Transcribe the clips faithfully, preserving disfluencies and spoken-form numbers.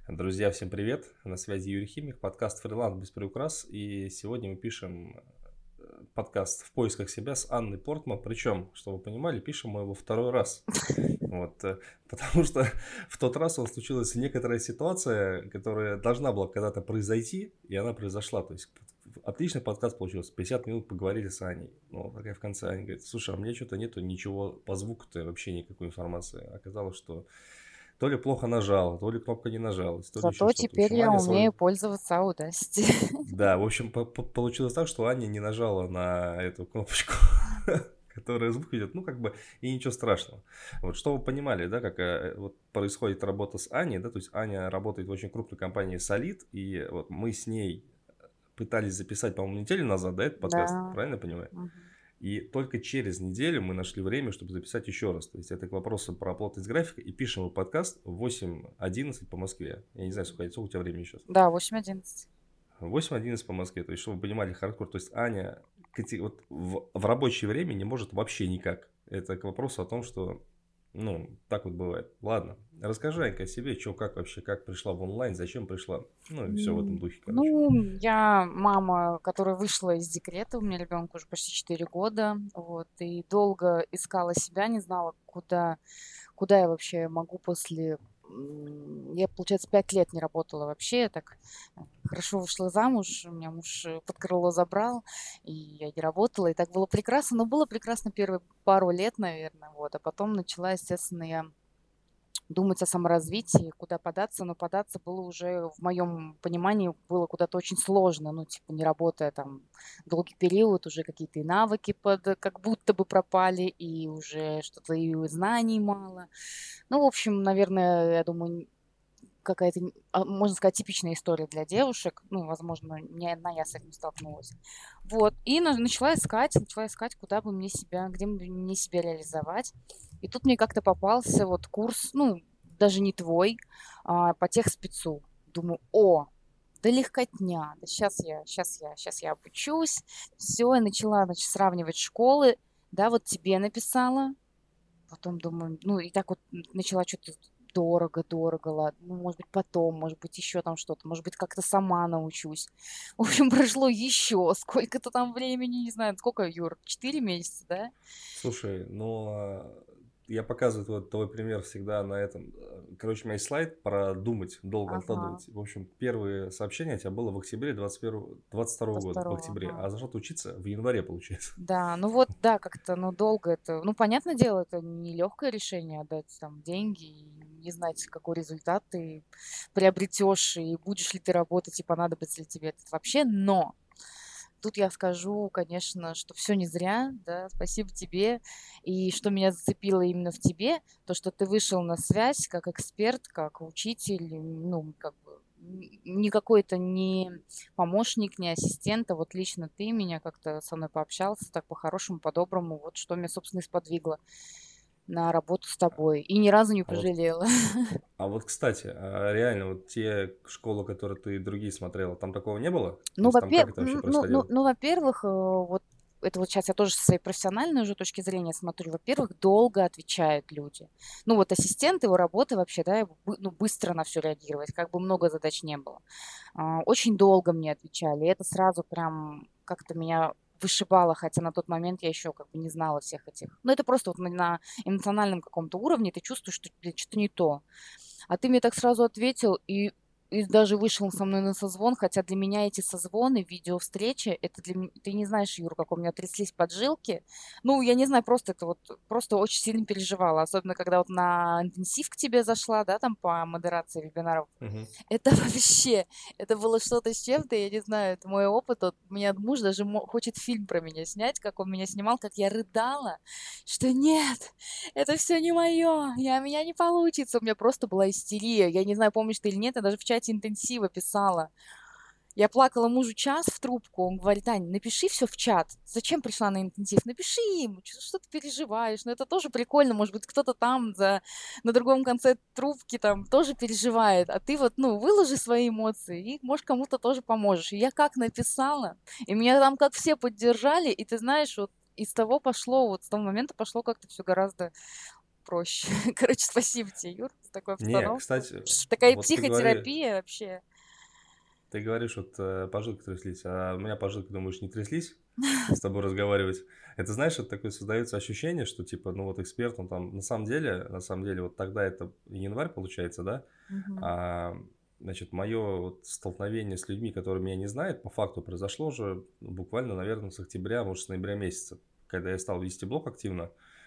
Друзья, всем привет! На связи Юрий Химик, подкаст «Фриланс без приукрас». И сегодня мы пишем э, подкаст «В поисках себя» с Анной Портман. Причем, чтобы вы понимали, пишем мы его второй раз. Вот, э, потому что в тот раз у нас случилась некоторая ситуация, которая должна была когда-то произойти, и она произошла. То есть отличный подкаст получился. пятьдесят минут поговорили с Аней. Ну, такая в конце Аня говорит: слушай, а мне что-то нету ничего по звуку-то, вообще никакой информации. Оказалось, что то ли плохо нажала, то ли кнопка не нажалась, то ли еще Зато что-то. В теперь общем, я Аня умею свой... пользоваться Audacity. Да, в общем, по- по- получилось так, что Аня не нажала на эту кнопочку, которая звук идет, ну, как бы, и ничего страшного. Вот, чтобы вы понимали, да, как э, вот происходит работа с Аней, да, то есть Аня работает в очень крупной компании Solid, и вот мы с ней пытались записать, по-моему, неделю назад, да, этот подкаст, Да. правильно я понимаю? Мгм. И только через неделю мы нашли время, чтобы записать еще раз. То есть это к вопросу про плотность графика. И пишем мы подкаст в восемь одиннадцать по Москве. Я не знаю, сколько, сколько у тебя времени сейчас. Да, восемь одиннадцать. восемь одиннадцать по Москве. То есть, чтобы вы понимали хардкор. То есть Аня кати- вот в, в рабочее время не может вообще никак. Это к вопросу о том, что, ну, так вот бывает. Ладно, расскажи, Анька, о себе, что, как вообще, как пришла в онлайн, зачем пришла. Ну, и все в этом М, духе, короче. Ну, я мама, которая вышла из декрета, у меня ребенку уже почти четыре года, вот, и долго искала себя, не знала, куда, куда я вообще могу после... м, Я, получается, пять лет не работала вообще, я так э, хорошо вышла замуж, у меня муж э, под крыло забрал, и я не работала, и так было прекрасно, но было прекрасно первые пару лет, наверное, вот, а потом начала, естественно, я думать о саморазвитии, куда податься, но податься было уже, в моем понимании, было куда-то очень сложно, ну, типа, не работая там долгий период, уже какие-то и навыки под, как будто бы пропали, и уже что-то и знаний мало. Ну, в общем, наверное, я думаю, какая-то, н- а, можно сказать, типичная история для девушек. Ну, возможно, не одна я с этим столкнулась. Вот. И на- начала искать, начала искать, куда бы мне себя, где бы мне себя реализовать. И тут мне как-то попался вот курс, ну, даже не твой, а, по техспецу. Думаю, о, да легкотня, да сейчас я, сейчас я, сейчас я обучусь. Все, я начала, значит, сравнивать школы. Да, вот тебе написала, потом думаю, ну и так вот н- начала что-то дорого, дорого, ладно, ну, может быть, потом, может быть, еще там что-то, может быть, как-то сама научусь. В общем, прошло еще сколько-то там времени, не знаю, сколько, Юр, четыре месяца, да? Слушай, ну, а, я показываю твой, твой пример всегда на этом. э, Короче, у меня есть слайд про думать, долго Ага, откладывать. В общем, первое сообщение у тебя было в октябре двадцать первого, двадцать до второго года, в второго, октябре. ага. А зашел ты учиться в январе, получается. Да, ну вот, да, как-то, ну, долго это, ну, понятное дело, это нелегкое решение отдать там деньги и не знать, какой результат ты приобретешь, и будешь ли ты работать, и понадобится ли тебе это вообще, но тут я скажу, конечно, что все не зря, да, спасибо тебе. И что меня зацепило именно в тебе, то, что ты вышел на связь как эксперт, как учитель, ну, как бы н не какой-то не помощник, не ассистент, а вот лично ты меня как-то со мной пообщался так по-хорошему, по-доброму. Вот что меня, собственно, и сподвигло на работу с тобой. И ни разу не А вот, пожалела. а вот, кстати, а реально, вот те школы, которые ты другие смотрела, там такого не было? То Ну, есть там как во-пер это вообще м, ну ну происходило? ну, во-первых, э, вот это вот сейчас я тоже со своей профессиональной уже точки зрения смотрю. Во-первых, долго отвечают люди. Ну, вот ассистент, его работа вообще, да, его бы ну, быстро на все реагировать, как бы много задач не было. А, очень долго мне отвечали, и это сразу прям как-то меня вышибало, хотя на тот момент я еще как бы не знала всех этих. Ну, это просто вот на на эмоциональном каком-то уровне ты чувствуешь, что, блин, что-то не то. А ты мне так сразу ответил и и даже вышел со мной на созвон, хотя для меня эти созвоны, видеовстречи, это для ме ты не знаешь, Юра, как у меня тряслись поджилки. Ну, я не знаю, просто это вот, просто очень сильно переживала, особенно когда вот на интенсив к тебе зашла, да, там по модерации вебинаров. Мгм. Это вообще, это было что-то с чем-то, я не знаю, это мой опыт. Вот у меня муж даже мо хочет фильм про меня снять, как он меня снимал, как я рыдала, что нет, это все не мое, я у меня не получится. У меня просто была истерия. Я не знаю, помнишь ты или нет, я даже в чате интенсива писала. Я плакала мужу час в трубку. Он говорит: "Ань, напиши все в чат. Зачем пришла на интенсив? Напиши ему, чё что ты переживаешь. Ну, это тоже прикольно. Может быть, кто-то там за на другом конце трубки там тоже переживает, а ты вот, ну, выложи свои эмоции и, может, кому-то тоже поможешь". И я как написала, и меня там как все поддержали, и ты знаешь, вот из того пошло, вот с того момента пошло как-то все гораздо проще. Короче, спасибо тебе, Юр, за такую Не, обстановку. кстати, Такая вот ты говори, психотерапия вообще. ты говоришь, вот э, поджилки тряслись, а у меня поджилки, думаешь, не тряслись с тобой разговаривать? Это, знаешь, это такое создается ощущение, что типа, ну вот эксперт, он там, на самом деле, на самом деле, вот тогда это январь получается, да, Мгм. а, значит, мое вот столкновение с людьми, которые меня не знают, по факту произошло уже ну, буквально, наверное, с октября, может, с ноября месяца, когда я стал вести блог активно.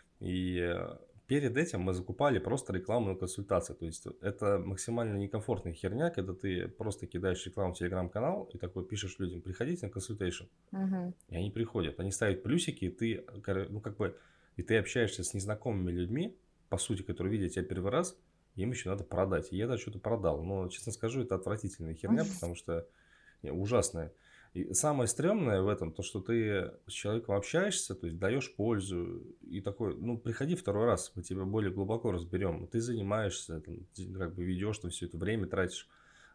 И э, перед этим мы закупали просто рекламную консультацию. То есть это максимально некомфортная херня, когда ты просто кидаешь рекламу в телеграм-канал и такой пишешь людям, приходите на консультейшн. Мгм. И они приходят. Они ставят плюсики, и ты, кор- ну, как бы, и ты общаешься с незнакомыми людьми, по сути, которые видят тебя первый раз, им еще надо продать. И я это что-то продал. Но, честно скажу, это отвратительная херня, потому что не, ужасная. И самое стрёмное в этом, то, что ты с человеком общаешься, то есть даешь пользу, и такой, ну, приходи второй раз, мы тебя более глубоко разберем. Ты занимаешься, там, ти- как бы ведешь, там, все это время тратишь,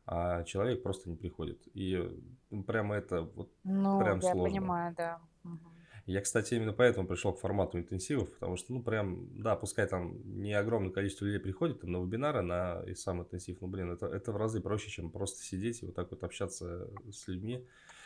а человек просто не приходит. И ну, прямо это вот Ну, прям я сложно. понимаю, да. Мгм. Я, кстати, именно поэтому пришел к формату интенсивов, потому что, ну, прям, да, пускай там не огромное количество людей приходит там, на вебинары, на и сам интенсив, ну, блин, это, это в разы проще, чем просто сидеть и вот так вот общаться с людьми.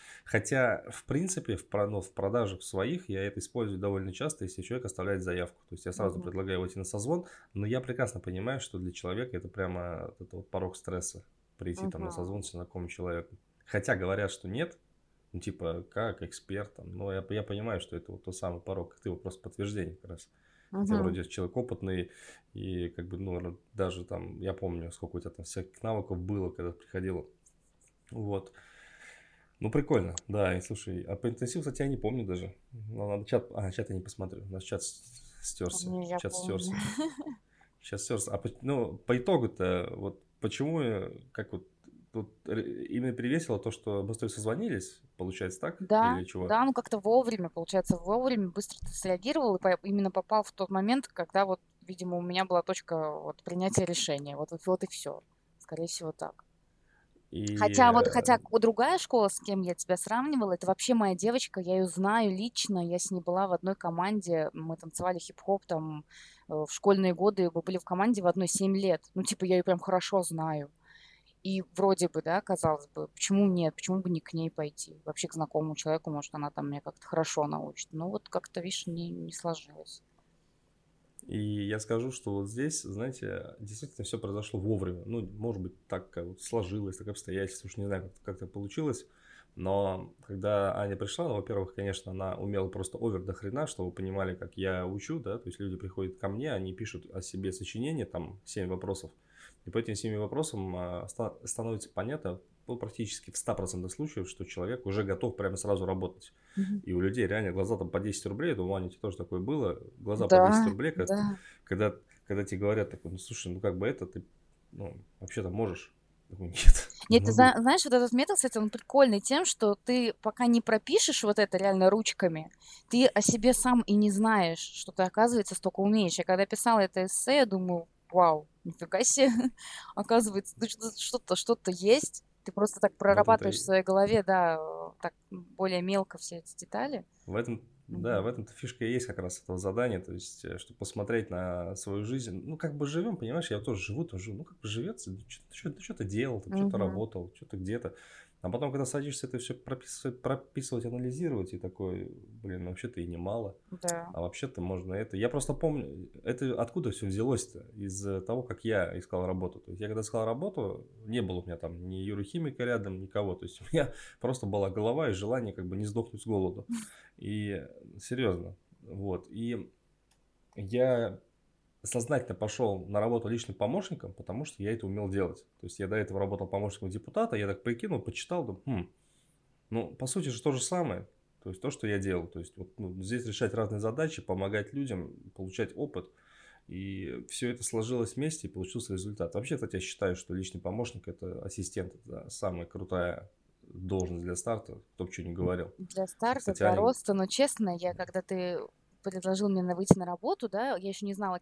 Хотя, в принципе, в, про- ну, в продажах своих я это использую довольно часто, если человек оставляет заявку. То есть я сразу Мгм. предлагаю войти на созвон, но я прекрасно понимаю, что для человека это прямо вот это вот порог стресса, прийти там на Мгм. созвон с незнакомым человеком. Хотя говорят, что нет, ну, типа, как эксперт, там, но я, я понимаю, что это вот тот самый порог, как ты его просто подтверждение как раз. Хотя Мгм. вроде человек опытный, и как бы, ну, р- даже там, я помню, сколько у тебя там всяких навыков было, когда ты приходил. Вот. Ну, прикольно, да, и слушай, а по интенсиву, кстати, я не помню даже. Ну, надо чат, а, чат я не посмотрю, у нас чат с- стерся, Не, я чат помню. стерся, сейчас стерся. А, по- ну, по итогу-то, вот почему, э, как вот, тут ре- именно привесило то, что быстрее созвонились, получается так, Да, или чего? да, ну как-то вовремя, получается, вовремя быстро ты среагировал и по- именно попал в тот момент, когда вот, видимо, у меня была точка вот принятия решения. Вот, вот, вот и все. Скорее всего, так. И Хотя вот, хотя э, к- другая школа, с кем я тебя сравнивала, это вообще моя девочка, я ее знаю лично, я с ней была в одной команде, мы танцевали хип-хоп там э, в школьные годы, мы были в команде в одной семь лет. Ну, типа, я ее прям хорошо знаю. И вроде бы, да, казалось бы, почему нет, почему бы не к ней пойти? Вообще к знакомому человеку, может, она там меня как-то хорошо научит. Но вот как-то, видишь, не, не сложилось. И я скажу, что вот здесь, знаете, действительно все произошло вовремя. Ну, может быть, так как вот сложилось, так обстоятельства, уж не знаю, как, как так получилось. Но когда Аня пришла, ну, во-первых, конечно, она умела просто овер до хрена, чтобы вы понимали, как я учу, да, то есть люди приходят ко мне, они пишут о себе сочинение, там, семь вопросов, и по этим семи вопросам а, ста- становится понятно, ну, практически в ста процентах случаев, что человек уже готов прямо сразу работать. Мгм. И у людей реально глаза там по десять рублей. Я думаю, Аня, тебе тоже такое было. Глаза по десять Да, рублей, когда, да. когда, когда тебе говорят, такой, ну слушай, ну как бы это ты, ну, вообще-то можешь. Я такой, нет, не Нет, ты зна- могу. знаешь, вот этот метод, кстати, он прикольный тем, что ты пока не пропишешь вот это реально ручками, ты о себе сам и не знаешь, что ты, оказывается, столько умеешь. Я когда писала это эссе, я думаю, вау, нифига себе, оказывается, ну, что- что-то, что-то есть. Ты просто так В этом-то, прорабатываешь в и- своей голове, да, э, так более мелко все эти детали. в этом, да, в Мгм. этом-то фишка и есть как раз этого задания, то есть, э, чтобы посмотреть на свою жизнь. Ну, как бы живем, понимаешь, я тоже живу, тоже живу. Ну, как бы живется, что-то, что-то делал, там, что-то Мгм. работал, что-то где-то. А потом, когда садишься это все прописывать, прописывать, анализировать, и такой, блин, вообще-то и немало. Да. А вообще-то можно это. Я просто помню, это откуда все взялось-то? Из того, как я искал работу. То есть я когда искал работу, не было у меня там ни юрохимика рядом, никого. То есть у меня просто была голова и желание как бы не сдохнуть с голоду. И серьезно. Вот. И я сознательно пошел на работу личным помощником, потому что я это умел делать. То есть я до этого работал помощником депутата, я так прикинул, почитал, думаю, хм, ну, по сути же то же самое. То есть то, что я делал. То есть вот, ну, здесь решать разные задачи, помогать людям, получать опыт. И все это сложилось вместе, и получился результат. Вообще, кстати, я считаю, что личный помощник – это ассистент. Это самая крутая должность для старта, кто бы что ни говорил. Для Вот, старта, кстати, для Аня, роста, но честно, я когда ты предложил мне на выйти на работу, да, я еще не знала кем,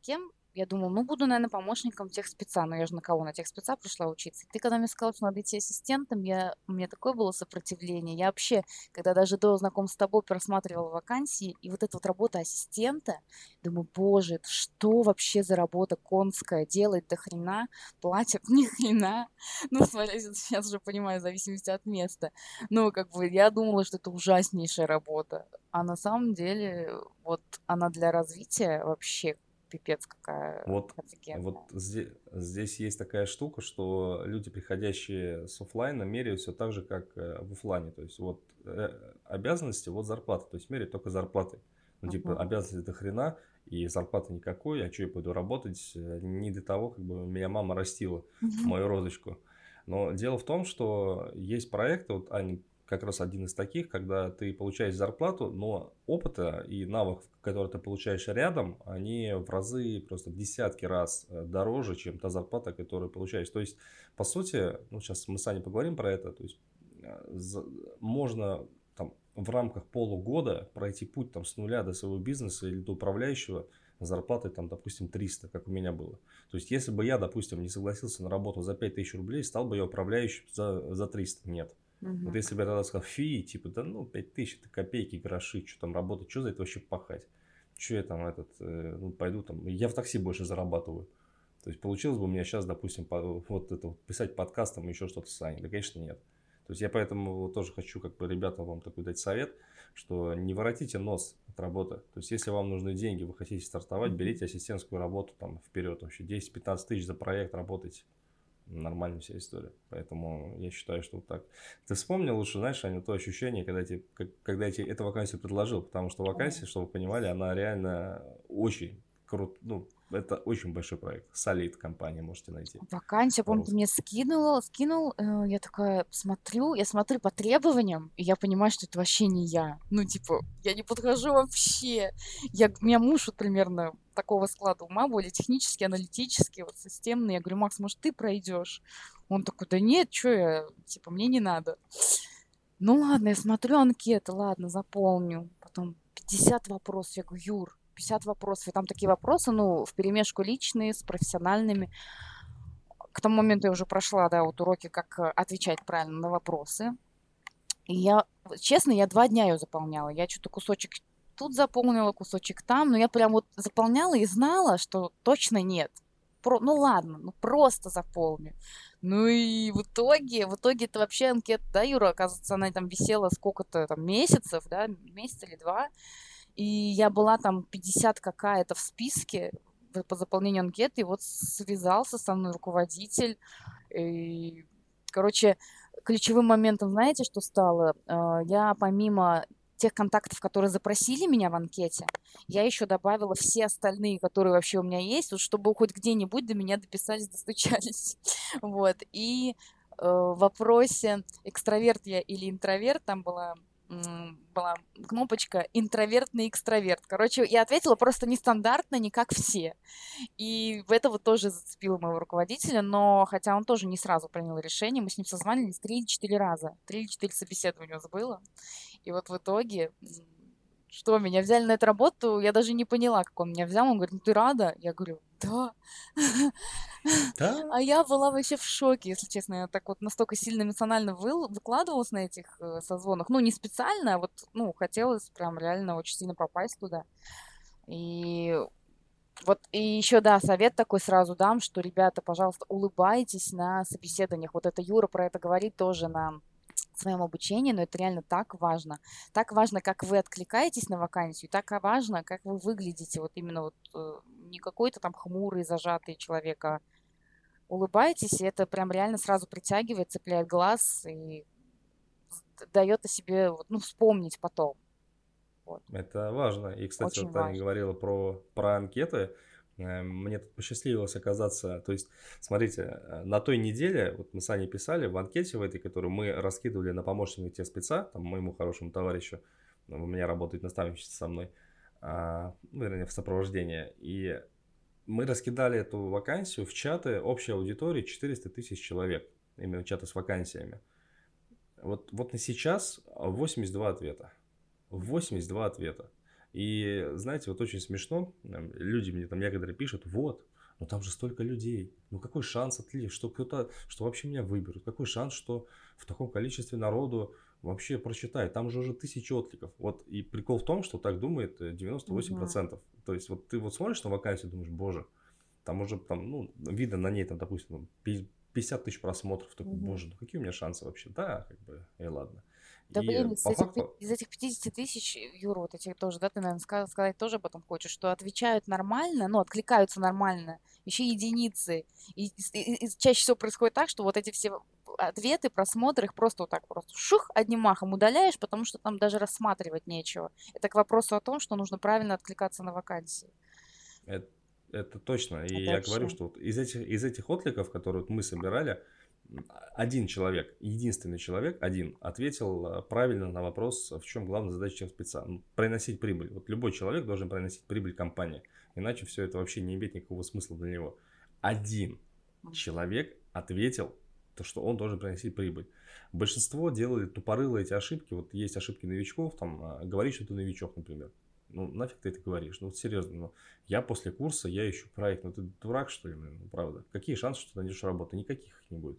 Я думала, ну, буду, наверное, помощником техспеца. Но я же на кого? На техспеца пришла учиться. Ты когда мне сказала, что надо идти ассистентом, я, у меня такое было сопротивление. Я вообще, когда даже до знакомства с тобой просматривала вакансии, и вот эта вот работа ассистента, думаю, боже, это что вообще за работа конская? Делает до хрена, платят ни хрена. Ну, смотря, сейчас уже понимаю, в зависимости от места. Ну, как бы, я думала, что это ужаснейшая работа. А на самом деле, вот она для развития вообще пипец какая Вот, вот офигенная. здесь, здесь есть такая штука, что люди, приходящие с оффлайна, меряют все так же, как э, в оффлайне. То есть вот э, обязанности, вот зарплата. То есть меряют только зарплаты. Ну, типа, Мгм. обязанности до хрена, и зарплаты никакой, а что я пойду работать? Э, Не для того, как бы меня мама растила, Мгм. мою розочку. Но дело в том, что есть проекты, вот Аня как раз один из таких, когда ты получаешь зарплату, но опыта и навыков, которые ты получаешь рядом, они в разы, просто в десятки раз э, дороже, чем та зарплата, которую получаешь. То есть, по сути, ну, сейчас мы с Аней поговорим про это, то есть, э, за- можно там в рамках полугода пройти путь там с нуля до своего бизнеса или до управляющего с зарплатой там, допустим, триста, как у меня было. То есть, если бы я, допустим, не согласился на работу за пять тысяч рублей, стал бы я управляющим за, за триста? Нет. Вот Мгм. если бы я тогда сказал, фи, типа, да ну, пять тысяч, это копейки, гроши, что там работать, что за это вообще пахать? Что я там этот, э, ну, пойду там, я в такси больше зарабатываю. То есть, получилось бы у меня сейчас, допустим, по, вот это вот, писать подкаст, там, еще что-то с Аней? Да, конечно, нет. То есть, я поэтому вот тоже хочу, как бы, ребятам вам такой дать совет, что не воротите нос от работы. То есть, если вам нужны деньги, вы хотите стартовать, Мгм. берите ассистентскую работу там вперед, вообще десять-пятнадцать тысяч за проект работайте. Нормальная вся история. Поэтому я считаю, что вот так. Ты вспомнил лучше, знаешь, Аня, то ощущение, когда, тебе, как- когда я тебе эту вакансию предложил, потому что вакансия, чтобы вы понимали, она реально очень крут, ну, это очень большой проект. Солид компания можете найти Вакансия, помню, ты по-русски. мне скинула, скинул, э, я такая смотрю, я смотрю по требованиям, и я понимаю, что это вообще не я. Ну, типа, я не подхожу вообще. Я, у меня муж вот примерно такого склада ума, более технический, аналитический, вот системный. Я говорю, Макс, может, ты пройдешь? Он такой, да нет, что я, типа, мне не надо. Ну ладно, я смотрю анкеты, ладно, заполню. Потом пятьдесят вопросов. Я говорю, Юр, пятьдесят вопросов. И там такие вопросы, ну, вперемешку личные с профессиональными. К тому моменту я уже прошла, да, вот уроки, как э, отвечать правильно на вопросы. И я, вот честно, я два дня ее заполняла. Я что-то кусочек тут заполнила, кусочек там, но я прям вот заполняла и знала, что точно нет. Про, ну ладно, ну просто заполню. Ну и в итоге, в итоге это вообще анкета, да, Юра, оказывается, она там висела сколько-то там месяцев, да, месяц или два. И я была там пятьдесят какая-то в списке в- по заполнению анкеты, и вот связался со мной руководитель. И, короче, ключевым моментом, знаете, что стало? Э, Я помимо тех контактов, которые запросили меня в анкете, я еще добавила все остальные, которые вообще у меня есть, вот чтобы хоть где-нибудь до меня дописались, достучались. Вот. И э, в вопросе экстраверт я или интроверт, там была м, была кнопочка интровертный экстраверт. Короче, я ответила просто нестандартно, не как все. И в это вот тоже зацепило моего руководителя, но хотя он тоже не сразу принял решение, мы с ним созванивались три или четыре раза, три или четыре собеседования у нас было. И вот в итоге, м, что меня взяли на эту работу, я даже не поняла, как он меня взял. Он говорит, ну ты рада? Я говорю, да. Да, А я была вообще в шоке, если честно. Я так вот настолько сильно эмоционально выл- выкладывалась на этих э, созвонах. Ну, не специально, а вот, ну, хотелось прям реально очень сильно попасть туда. И вот и еще, да, совет такой сразу дам, что, ребята, пожалуйста, улыбайтесь на собеседованиях. Вот это Юра про это говорит тоже на своем обучении, но это реально так важно. Так важно, как вы откликаетесь на вакансию, так и важно, как вы выглядите. Вот именно вот э, не какой-то там хмурый, зажатый человек, а улыбаетесь, и это прям реально сразу притягивает, цепляет глаз и дает о себе, вот, ну, вспомнить потом. Вот. это важно. И, кстати, Очень вот Таня важно. говорила про, про анкеты. Э, Мне тут посчастливилось оказаться, то есть, смотрите, э, на той неделе, вот мы с Аней писали в анкете в этой, которую мы раскидывали на помощника техспеца, там, моему хорошему товарищу, ну, у меня работает наставничество со мной, а, ну, вернее, в сопровождении, и мы раскидали эту вакансию в чаты общей аудитории четыреста тысяч человек, именно чаты с вакансиями. Вот, вот на сейчас восемьдесят два ответа. восемьдесят два ответа. И, знаете, вот очень смешно, эм, люди мне там некоторые пишут, вот, но там же столько людей, ну какой шанс, отли- что кто-то, что вообще меня выберут, какой шанс, что в таком количестве народу вообще прочитает, там же уже тысячи откликов. Вот и прикол в том, что так думает э, девяносто восемь Мгм. процентов. То есть вот ты вот смотришь на вакансию, думаешь, боже, там уже там, ну, видно на ней там, допустим, там, пи- пятьдесят тысяч просмотров, такой, Мгм. боже, ну какие у меня шансы вообще? Да, как бы, и ладно. Да И блин, из по этих, пи- факту, из этих пятидесяти тысяч, Юра, вот этих тоже, да, ты, наверное, сказать тоже об этом хочешь, что отвечают нормально, ну, откликаются нормально, еще единицы. И, и- и- и чаще всего происходит так, что вот эти все ответы, просмотры, их просто вот так просто шух, одним махом удаляешь, потому что там даже рассматривать нечего. Это к вопросу о том, что нужно правильно откликаться на вакансии. Это, это точно. И Это я говорю, вообще. что вот из этих, из этих откликов, которые вот мы собирали, м, один человек, единственный человек, один, ответил э, правильно на вопрос, в чем главная задача чем спеца. Ну, приносить прибыль. Вот любой человек должен приносить прибыль компании. Иначе все это вообще не имеет никакого смысла для него. Один М. человек ответил, то, что он должен приносить прибыль. Большинство делали тупорылые эти ошибки. Вот есть ошибки новичков, там, а, говорить, что ты новичок, например. Ну, нафиг ты это говоришь? Ну, вот серьезно, ну, я после курса, я ищу проект. Ну, ты дурак, что ли, блин? Ну, правда. Какие шансы, что ты найдешь работу? Никаких их не будет.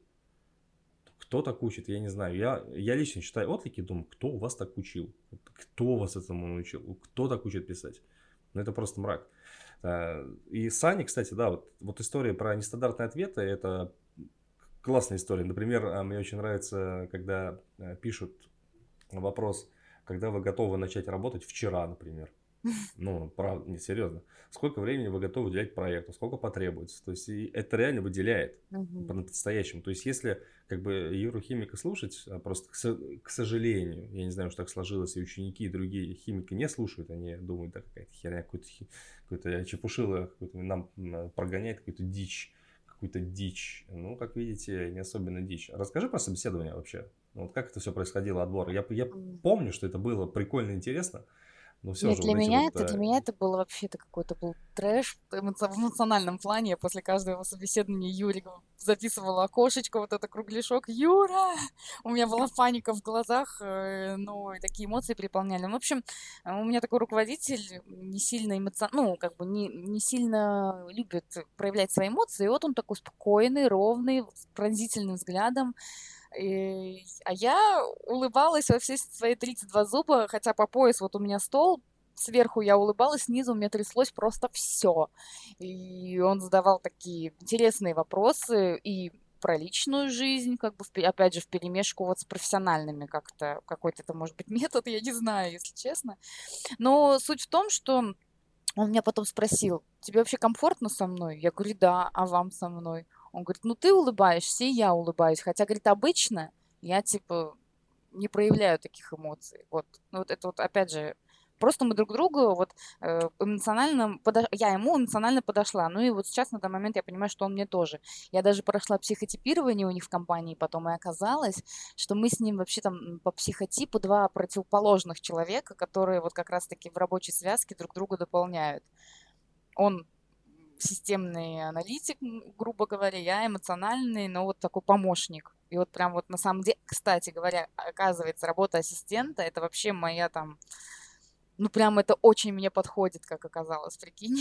Кто так учит, я не знаю. Я, я лично читаю отклики и думаю, кто вас так учил? Вот кто вас этому научил? Кто так учит писать? Ну, это просто мрак. А, И Сани, кстати, да, вот, вот история про нестандартные ответы, это классная история. Например, а, мне очень нравится, когда а, пишут вопрос, когда вы готовы начать работать вчера, например. Ну, правда, не серьезно. Сколько времени вы готовы уделять проекту, сколько потребуется. То есть, и это реально выделяет Мгм. по-настоящему. То есть, если как бы Юру Химика слушать, а просто, к, со- к сожалению, я не знаю, что так сложилось, и ученики, и другие химики не слушают, они думают, да, какая-то херня, какой-то, хи- какой-то чепушило, какой-то нам м, прогоняет какую-то дичь, какую-то дичь. Ну, как видите, не особенно дичь. Расскажи про собеседование вообще. Ну, вот как это все происходило, отбор. Я, я М. помню, что это было прикольно, интересно, но все Нет, же для вот эти меня вот это, для э, меня это было вообще, это какой-то был трэш эмоци- в эмоциональном плане. Я после каждого собеседования Юре записывала окошечко, вот это кругляшок. Юра! У меня была паника в глазах, э, ну, и такие эмоции переполняли. Ну, в общем, э, у меня такой руководитель не сильно эмоци... ну, как бы не, не сильно любит проявлять свои эмоции. И вот он такой спокойный, ровный, с пронзительным взглядом. И, а я улыбалась во все свои тридцать два зуба, хотя по пояс вот у меня стол, сверху я улыбалась, снизу у меня тряслось просто все. И он задавал такие интересные вопросы и про личную жизнь, как бы, впе- опять же, вперемешку вот с профессиональными как-то, какой-то это может быть метод, я не знаю, если честно. Но суть в том, что он меня потом спросил: "Тебе вообще комфортно со мной?" Я говорю: "Да, а вам со мной?" Он говорит: "Ну, ты улыбаешься, и я улыбаюсь". Хотя, говорит, обычно я, типа, не проявляю таких эмоций. Вот. Ну, вот это вот, опять же, просто мы друг к другу вот э, эмоционально, подо- я ему эмоционально подошла. Ну и вот сейчас на данный момент я понимаю, что он мне тоже. Я даже прошла психотипирование у них в компании потом, и оказалось, что мы с ним вообще там м, по психотипу два противоположных человека, которые вот как раз-таки в рабочей связке друг друга дополняют. Он системный аналитик, м, грубо говоря, я эмоциональный, но вот такой помощник. И вот прям вот на самом деле, кстати говоря, оказывается, работа ассистента — это вообще моя там, ну прям это очень мне подходит, как оказалось, прикинь.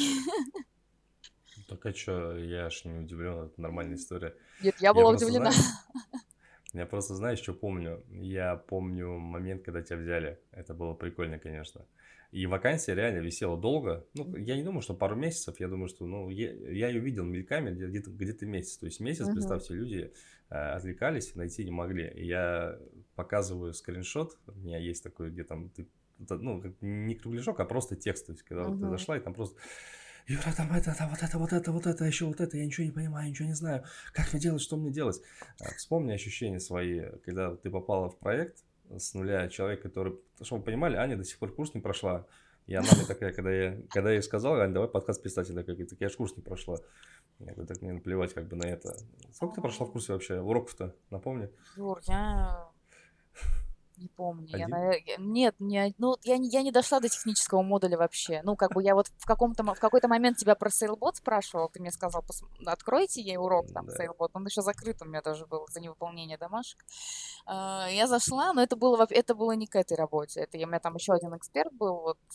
Так а чё, я аж не удивлен, это нормальная история. Нет, я Я была просто, удивлена. знаешь, я просто, знаешь, что помню? Я помню момент, когда тебя взяли. Это было прикольно, конечно. И вакансия реально висела долго. Ну, я не думаю, что пару месяцев. Я думаю, что, ну, я, я ее видел мельками где- где-то где-то месяц. То есть месяц, Мгм. представьте, люди э, отвлекались, найти не могли. И я показываю скриншот. У меня есть такой, где там ты, это, ну, как не кругляшок, а просто текст. То есть, когда вот ты Мгм. зашла, и там просто Юра, там это, там вот это, вот это, вот это, еще вот это, я ничего не понимаю, ничего не знаю. Как мне делать, что мне делать? А, Вспомни ощущения свои, когда ты попала в проект с нуля, человек, который, чтобы вы понимали, Аня до сих пор курс не прошла. И она мне такая, когда я, когда я ей сказал, Аня, давай подкаст писать, она такая, так я ж курс не прошла. Я говорю, так мне наплевать как бы на это. Сколько ты прошла в А, курсе вообще? Уроков-то, напомни? Юр, я не помню. Я, Один? наве- я- Нет, не, ну, я, не- я не дошла до технического модуля вообще. Ну, как бы я вот в каком-то, мо- в какой-то момент тебя про Sailbot спрашивал, ты мне сказал: «Пос- откройте ей урок там Да. Sailbot». Он еще закрыт у меня даже был за невыполнение домашек. А, Я зашла, но это было, воп- это было не к этой работе. Это я- у меня там еще один эксперт был, вот,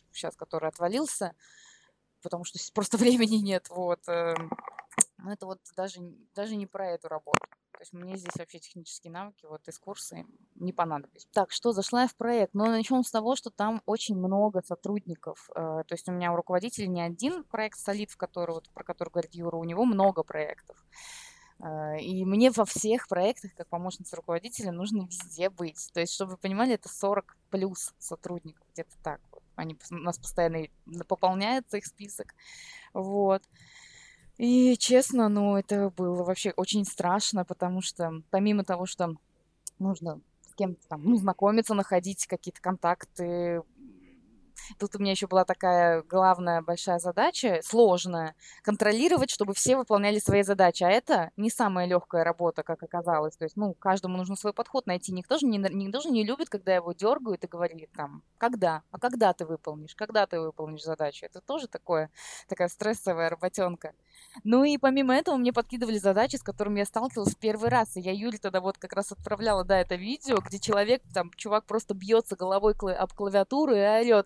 сейчас, который отвалился, потому что просто времени нет, вот. э, Но это вот даже, н- даже не про эту работу. То есть мне здесь вообще технические навыки, вот из курса не понадобились. Так, что, зашла я в проект. Но начнем с того, что там очень много сотрудников. э, То есть у меня у руководителя не один проект Solid, в который, вот, про который говорит Юра, у него много проектов. Э, И мне во всех проектах, как помощница руководителя, нужно везде быть. То есть, чтобы вы понимали, это сорок плюс сотрудников, где-то так вот. Они, пос- у нас постоянно и пополняется их список. Вот. И честно, ну, это было вообще очень страшно, потому что помимо того, что нужно с кем-то там, ну, знакомиться, находить какие-то контакты. Тут у меня еще была такая главная большая задача, сложная, контролировать, чтобы все выполняли свои задачи. А это не самая легкая работа, как оказалось. То есть, ну, каждому нужно свой подход найти. Никто же не, на- никто же не любит, когда его дергают и говорит там, когда? А когда ты выполнишь? Когда ты выполнишь задачу? Это тоже такое, такая стрессовая работенка. Ну и помимо этого мне подкидывали задачи, с которыми я сталкивалась в первый раз. И я Юле тогда вот как раз отправляла, да, это видео, где человек, там, чувак просто бьется головой кла- об клавиатуру и орет: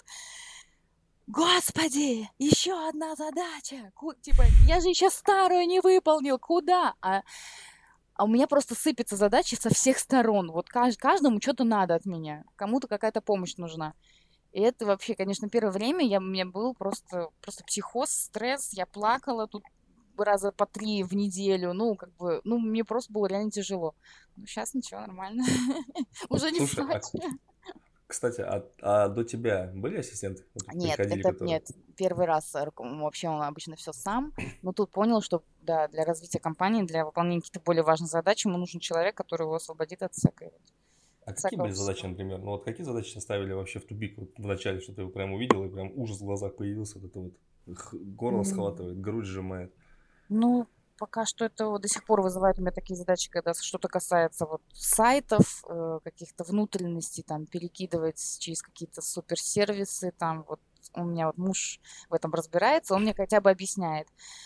Господи, еще одна задача. Ку- Типа, я же еще старую не выполнил. Куда? А, а у меня просто сыпятся задачи со всех сторон. Вот кажд- каждому что-то надо от меня. Кому-то какая-то помощь нужна. И это вообще, конечно, первое время я, у меня был просто, просто психоз, стресс. Я плакала тут раза по три в неделю. Ну, как бы, ну, мне просто было реально тяжело. Ну, сейчас ничего, нормально. Уже не Слушай, плачу. а, кстати, а, а до тебя были ассистенты? Вот тут Нет, приходили, это которые... нет, первый раз э, руко- вообще он обычно все сам, но тут понял, что да, для развития компании, для выполнения каких-то более важных задач ему нужен человек, который его освободит от всякой, вот- А от какие всякого были задачи, всего. например? Ну вот какие задачи ставили вообще в тупик вот в начале, что ты его прям увидел, и прям ужас в глазах появился, вот это вот х- горло М, схватывает, грудь сжимает. Ну, пока что это вот до сих пор вызывает у меня такие задачи, когда что-то касается вот сайтов, э, каких-то внутренностей, там, перекидывать через какие-то суперсервисы, там, вот у меня вот муж в этом разбирается, он мне хотя бы объясняет.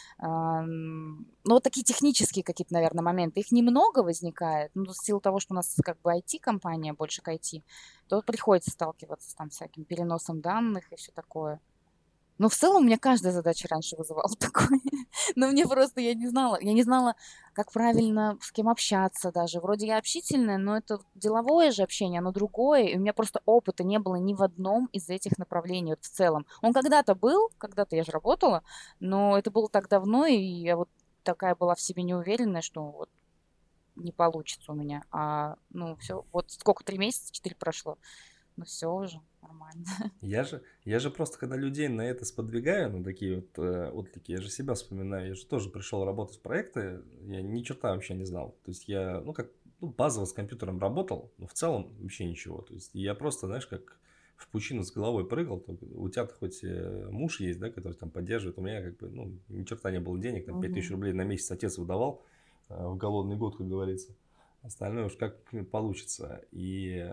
Ам, ну, вот такие технические какие-то, наверное, моменты. Их немного возникает, ну, в силу того, что у нас как бы ай ти-компания, больше к ай ти, то приходится сталкиваться с там всяким переносом данных и все такое. Но в целом у меня каждая задача раньше вызывала такое. Но мне просто, я не знала, я не знала, как правильно с кем общаться даже. Вроде я общительная, но это деловое же общение, оно другое. И у меня просто опыта не было ни в одном из этих направлений вот в целом. Он когда-то был, когда-то я же работала, но это было так давно, и я вот такая была в себе неуверенная, что вот не получится у меня. А, ну, все, вот сколько, три месяца, четыре прошло. Ну, все уже нормально. Я же, я же просто, когда людей на это сподвигаю, на такие вот э, отклики, я же себя вспоминаю, я же тоже пришел работать в проекты, я ни черта вообще не знал. То есть я, ну, как, ну, базово с компьютером работал, но в целом вообще ничего. То есть я просто, знаешь, как в пучину с головой прыгал. Только у тебя хоть э, муж есть, да, который там поддерживает, у меня как бы, ну, ни черта не было денег, там пять тысяч Мгм. рублей на месяц отец выдавал э, в голодный год, как говорится. Остальное уж как получится. И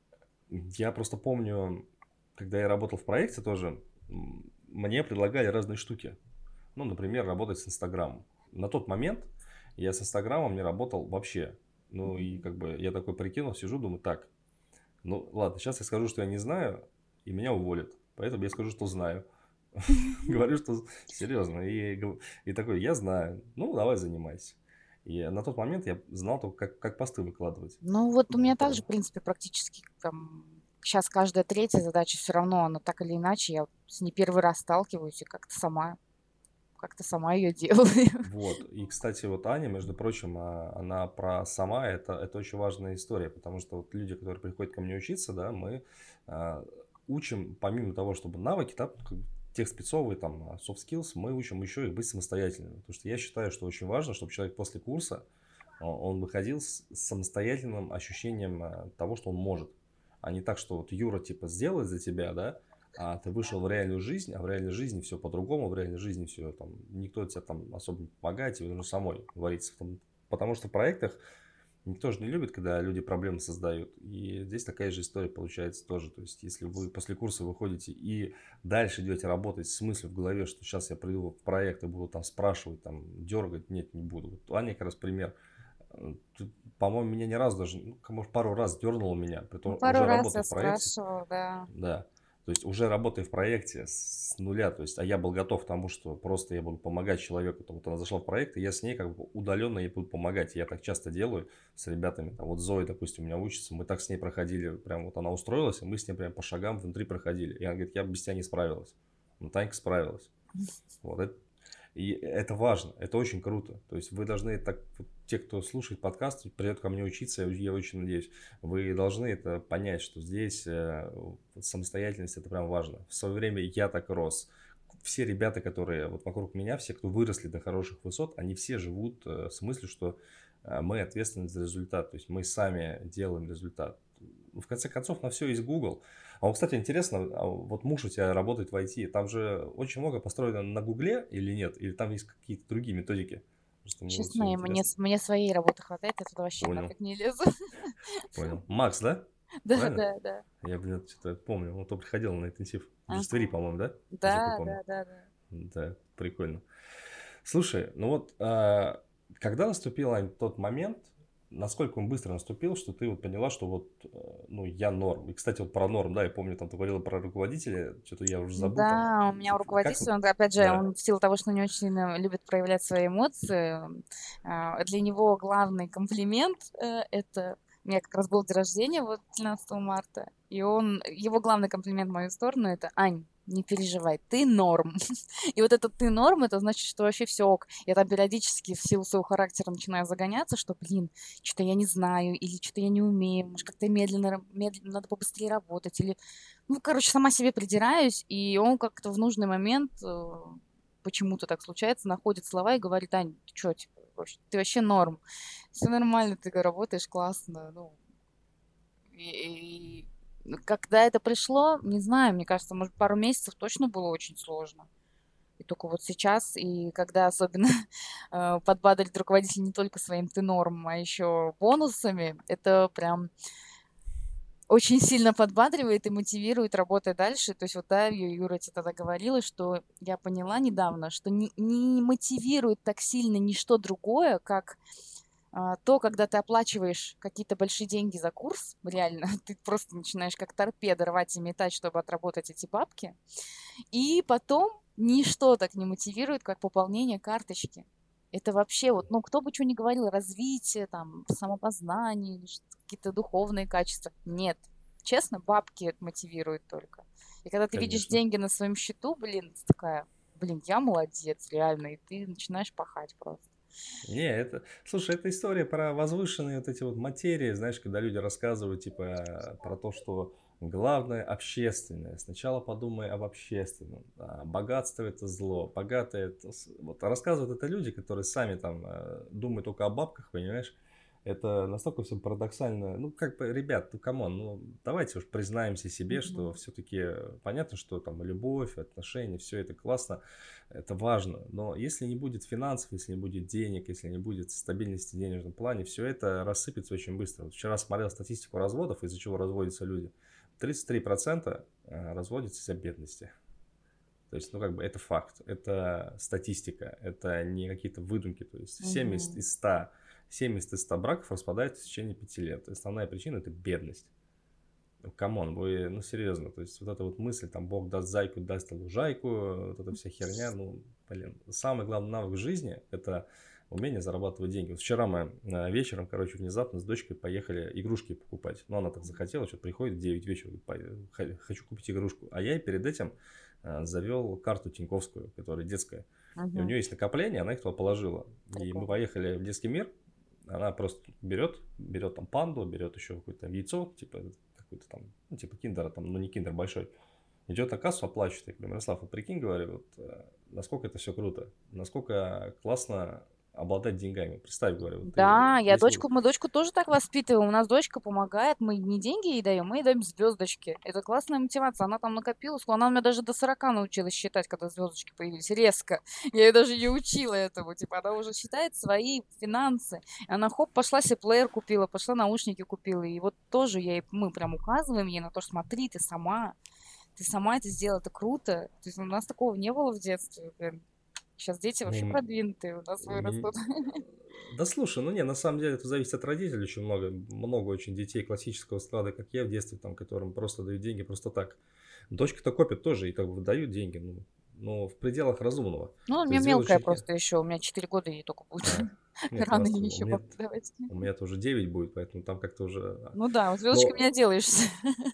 я просто помню, когда я работал в проекте тоже, м, мне предлагали разные штуки. Ну, например, работать с Инстаграмом. На тот момент я с Инстаграмом не работал вообще. Ну, и Мгм. как бы я такой прикинул, сижу, думаю, так, ну, ладно, сейчас я скажу, что я не знаю, и меня уволят. Поэтому я скажу, что знаю. Говорю, что серьезно. И, гов- и такой, я знаю. Ну, давай занимайся. И на тот момент я знал только, как, как посты выкладывать. Ну, вот у Э, меня также, про- в принципе, практически там сейчас каждая третья задача все равно, она так или иначе, я с ней первый раз сталкиваюсь и как-то сама, как-то сама ее делаю. Вот. И, кстати, вот Аня, между прочим, а, она про сама, это, это очень важная история, потому что вот люди, которые приходят ко мне учиться, да, мы а, учим, помимо того, чтобы навыки, да, как бы тех спецовые, там, а, soft skills, мы учим еще их быть самостоятельными. Потому что я считаю, что очень важно, чтобы человек после курса, а, он выходил с самостоятельным ощущением а, того, что он может. А не так, что вот Юра, типа, сделает за тебя, да, а ты вышел в реальную жизнь, а в реальной жизни все по-другому, в реальной жизни все там, никто тебе там особо не помогает, тебе нужно самой вариться в том. Потому что в проектах никто же не любит, когда люди проблемы создают. И здесь такая же история получается тоже. То есть, если вы после курса выходите и дальше идете работать с мыслью в голове, что сейчас я приду в проект и буду там спрашивать, там, дергать, нет, не буду. Вот Аня как раз пример. Э, тут, по-моему, меня ни разу даже, ну, может, пару раз дернула меня, при Ну, том, пару уже раз работая я в проекте, спрашивала, да. да. То есть уже работая в проекте с нуля, то есть, а я был готов к тому, что просто я буду помогать человеку, там, вот она зашла в проект, и я с ней как бы удаленно ей буду помогать. Я так часто делаю с ребятами. Там, вот Зоя, допустим, у меня учится, мы так с ней проходили, прям вот она устроилась, и мы с ней прям по шагам внутри проходили. И она говорит, я без тебя не справилась. Но Танька справилась. Вот это, и это важно, это очень круто. То есть вы должны, так, вот, те, кто слушает подкаст, придет ко мне учиться, я очень надеюсь, вы должны это понять, что здесь э, самостоятельность это прям важно. В свое время я так рос. Все ребята, которые вот вокруг меня, все, кто выросли до хороших высот, они все живут э, с мыслью, что э, мы ответственны за результат, то есть мы сами делаем результат. В конце концов, на все есть Google. А вот, кстати, интересно, а вот муж у тебя работает в ай ти, там же очень много построено на Гугле или нет? Или там есть какие-то другие методики? Просто мне вот все Честно, и мне, интересно. с- мне своей работы хватает, я туда вообще Понял, нафиг не лезу. понял. Макс, да? Да, Правильно? да, да. Я, блин, что-то помню. Он то приходил на интенсив. В же Твери, Ага. по-моему, да? Насколько я Да, помню. да, да, да. Да, прикольно. Слушай, ну вот, а, когда наступил, Ань, тот момент, насколько он быстро наступил, что ты вот поняла, что вот, э, ну, я норм. И, кстати, вот про норм, да, я помню, там ты говорила про руководителя, что-то я уже забыл там. Да, у меня Типа, как... руководитель, он, опять же, Да, он в силу того, что не очень сильно любит проявлять свои эмоции, а, для него главный комплимент э, это у меня как раз был день рождения вот тринадцатого марта, и он его главный комплимент в мою сторону это Ань, не переживай, ты норм. И вот этот ты норм, это значит, что вообще все ок. Я там периодически в силу своего характера начинаю загоняться, что, блин, что-то я не знаю, или что-то я не умею, может, как-то медленно, медленно надо побыстрее работать, или ну, короче, сама себе придираюсь, и он как-то в нужный момент, э, почему-то так случается, находит слова и говорит, Ань, ты чё, типа, вообще- ты вообще норм, все нормально, ты работаешь классно, ну, и, и ну, когда это пришло, не знаю, мне кажется, может, пару месяцев точно было очень сложно. И только вот сейчас, и когда особенно э, подбадрить руководителя не только своим ты норм, а еще бонусами, это прям очень сильно подбадривает и мотивирует работать дальше. То есть вот, да, Ю- Юра тебе тогда говорила, что я поняла недавно, что не, не мотивирует так сильно ничто другое, как а, то, когда ты оплачиваешь какие-то большие деньги за курс, реально, ты просто начинаешь как торпеда рвать и метать, чтобы отработать эти бабки, и потом ничто так не мотивирует, как пополнение карточки. Это вообще вот, ну, кто бы что ни говорил, развитие, там, самопознание, или что- какие-то духовные качества. Нет. Честно, бабки мотивируют только. И когда ты видишь конечно. деньги на своем счету, блин, ты такая, блин, я молодец, реально, и ты начинаешь пахать просто. Не, это, слушай, это история про возвышенные вот эти вот материи, знаешь, когда люди рассказывают, типа, про то, что главное общественное. Сначала подумай об общественном. А богатство это зло, богатое это... с- Вот рассказывают это люди, которые сами там э, думают только о бабках, понимаешь? Это настолько все парадоксально. Ну, как бы, ребят, ну, камон, ну, давайте уж признаемся себе, что Мгм. все-таки понятно, что там любовь, отношения, все это классно, это важно. Но если не будет финансов, если не будет денег, если не будет стабильности в денежном плане, все это рассыпется очень быстро. Вот вчера смотрел статистику разводов, из-за чего разводятся люди. тридцать три процента э, разводятся из-за бедности. То есть, ну, как бы это факт, это статистика, это не какие-то выдумки. То есть семьдесят Мгм. из ста, семьдесят из ста браков распадаются в течение пяти лет. Основная причина – это бедность. Ну, камон, вы, ну, серьезно, то есть вот эта вот мысль, там, Бог даст зайку, даст лужайку, вот эта вся херня, ну, блин, самый главный навык в жизни – это умение зарабатывать деньги. Вот вчера мы э, вечером, короче, внезапно с дочкой поехали игрушки покупать. Ну, она так захотела, что приходит в девять вечера, говорит, «Пой- хочу купить игрушку. А я ей перед этим э, завел карту Тиньковскую, которая детская. И у Мгм. нее есть накопление, она их туда положила. И мы Прикольно. поехали в детский мир, она просто берет, берет там панду, берет еще какое-то яйцо, типа какой-то там, ну, типа киндера, там, ну не киндер большой. Идет на кассу, оплачивает. Я говорю, Мирослав, вот прикинь, говорю, вот, э, насколько это все круто, насколько классно обладать деньгами. Представь, говорю, вот ты, Да, я если... дочку, мы дочку тоже так воспитываем. У нас дочка помогает, мы не деньги ей даем, мы ей даем звездочки. Это классная мотивация. Она там накопила, сколько- она у меня даже до сорока научилась считать, когда звездочки появились. Резко. Я ее даже не учила этому. Типа, она уже считает свои финансы. И она хоп, пошла себе плеер купила, пошла наушники купила. И вот тоже я ей, мы прям указываем ей на то, что смотри, ты сама, ты сама это сделала, это круто. То есть у нас такого не было в детстве. Блин. Сейчас дети Ну, вообще м, продвинутые у нас у меня... вырастут. Да слушай, ну не, на самом деле это зависит от родителей очень много. Много очень детей классического склада, как я в детстве, там, которым просто дают деньги просто так. Дочка-то копит тоже и как бы дают деньги, ну, но в пределах разумного. Ну, у То меня есть делают мелкая чеки. просто еще, у меня четыре года ей только будет. А, нет, у Рано нас, ей у еще меня, бабки давать. у меня тоже девять будет, поэтому там как-то уже... а. Ну да, звездочка Но меня делаешься.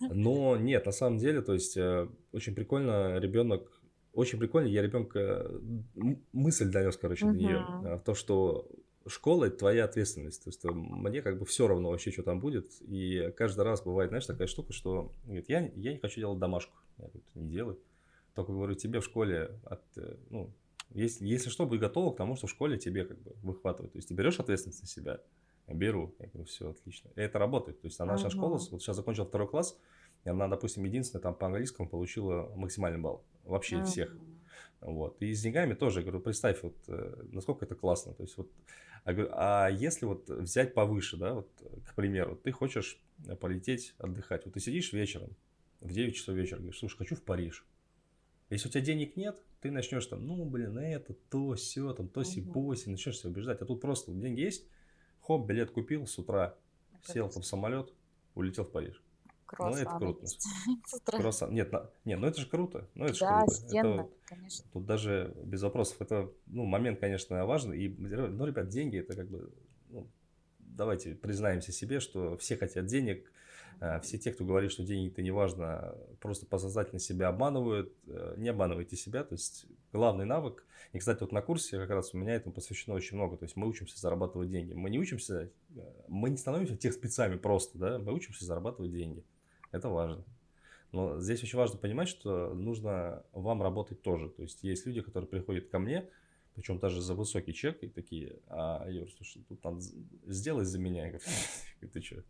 Но нет, на самом деле, то есть э, очень прикольно ребенок, очень прикольно, я ребенка м- мысль донес, короче, до нее, Мгм. в то, что школа это твоя ответственность, то есть э, мне как бы все равно вообще, что там будет, и каждый раз бывает, знаешь, такая штука, что говорит, я, я не хочу делать домашку, я говорю, «Ты не делай, только говорю, тебе в школе, от, э, ну, если, если что, будь готова к тому, что в школе тебе как бы выхватывают, то есть ты берешь ответственность на себя, беру, я говорю, все отлично, и это работает, то есть она сейчас школа, Мгм. вот сейчас закончила второй класс, и она, допустим, единственная там по английскому получила максимальный балл. Вообще всех. Мгм. Вот. И с деньгами тоже, я говорю, представь, вот, э, насколько это классно. То есть, вот, я говорю, а если вот взять повыше, да, вот, к примеру, ты хочешь полететь отдыхать. Вот ты сидишь вечером, в девять часов вечера, говоришь, слушай, хочу в Париж. Если у тебя денег нет, ты начнешь там, ну, блин, это, то, все, там, то, си, Мгм. поси, начнешь себя убеждать. А тут просто вот деньги есть, хоп, билет купил с утра, сел там в Наконец-то. самолет, улетел в Париж. Ну, это Круассаны круто. есть с утра. Круассан. Нет, на... нет, ну это же круто. Ну это же Да, круто. Это офигенно, вот- конечно. тут даже без вопросов. Это, ну, момент, конечно, важный. И, ну, ребят, деньги это как бы, ну, давайте признаемся себе, что все хотят денег. А, Все те, кто говорит, что деньги это не важно, просто подсознательно себя обманывают. Э, Не обманывайте себя. То есть главный навык. И, кстати, вот на курсе как раз у меня этому посвящено очень много. То есть мы учимся зарабатывать деньги. Мы не учимся, э, мы не становимся тех спецами просто, да, мы учимся зарабатывать деньги. Это важно. Но здесь очень важно понимать, что нужно вам работать тоже. То есть есть люди, которые приходят ко мне, причем даже за высокий чек, и такие, а я говорю, слушай, тут надо сделай за меня. Я говорю, ты что?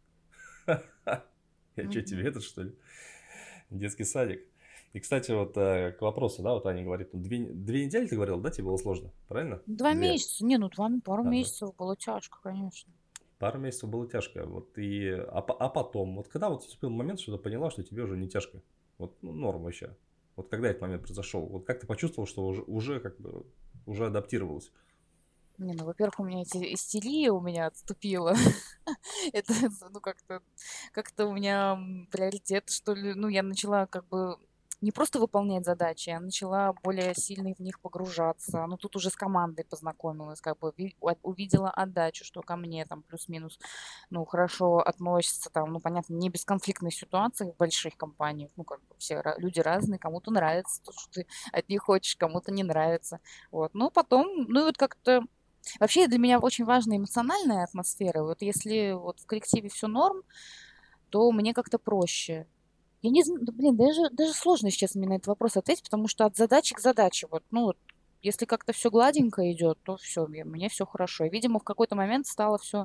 Я что, тебе Мгм. этот, что ли? Детский садик. И, кстати, вот э, к вопросу, да, вот Аня говорит, ну, две, две недели ты говорил, да, тебе было сложно, правильно? Два Две. месяца. Не, ну два, пару Ага. месяцев было тяжко, конечно. Пару месяцев было тяжко. Вот и, а, по- а потом, вот когда вот наступил момент, что ты поняла, что тебе уже не тяжко? Вот ну, норм вообще. Вот когда этот момент произошел? Вот как ты почувствовал, что уже, уже как бы уже адаптировалась? Не, ну, во-первых, у меня эти истерия у меня отступила. Это, ну, как-то как-то у меня, м, приоритет, что ли. Ну, я начала как бы не просто выполнять задачи, а начала более сильно в них погружаться. Ну, тут уже с командой познакомилась, как бы ви от увидела отдачу, что ко мне там плюс-минус, ну, хорошо относятся. Там, ну, понятно, не бесконфликтные ситуации в больших компаниях. Ну, как бы все ра люди разные, кому-то нравится то, что ты от них хочешь, кому-то не нравится. Вот. Ну, потом, ну, и вот как-то вообще для меня очень важна эмоциональная атмосфера. Вот если вот в коллективе все норм, то мне как-то проще. Я не знаю, да, блин, даже даже сложно, если честно, мне на этот вопрос ответить, потому что от задачи к задаче. Вот, ну вот, если как-то все гладенько идет, то все, мне все хорошо. И, видимо, в какой-то момент стало все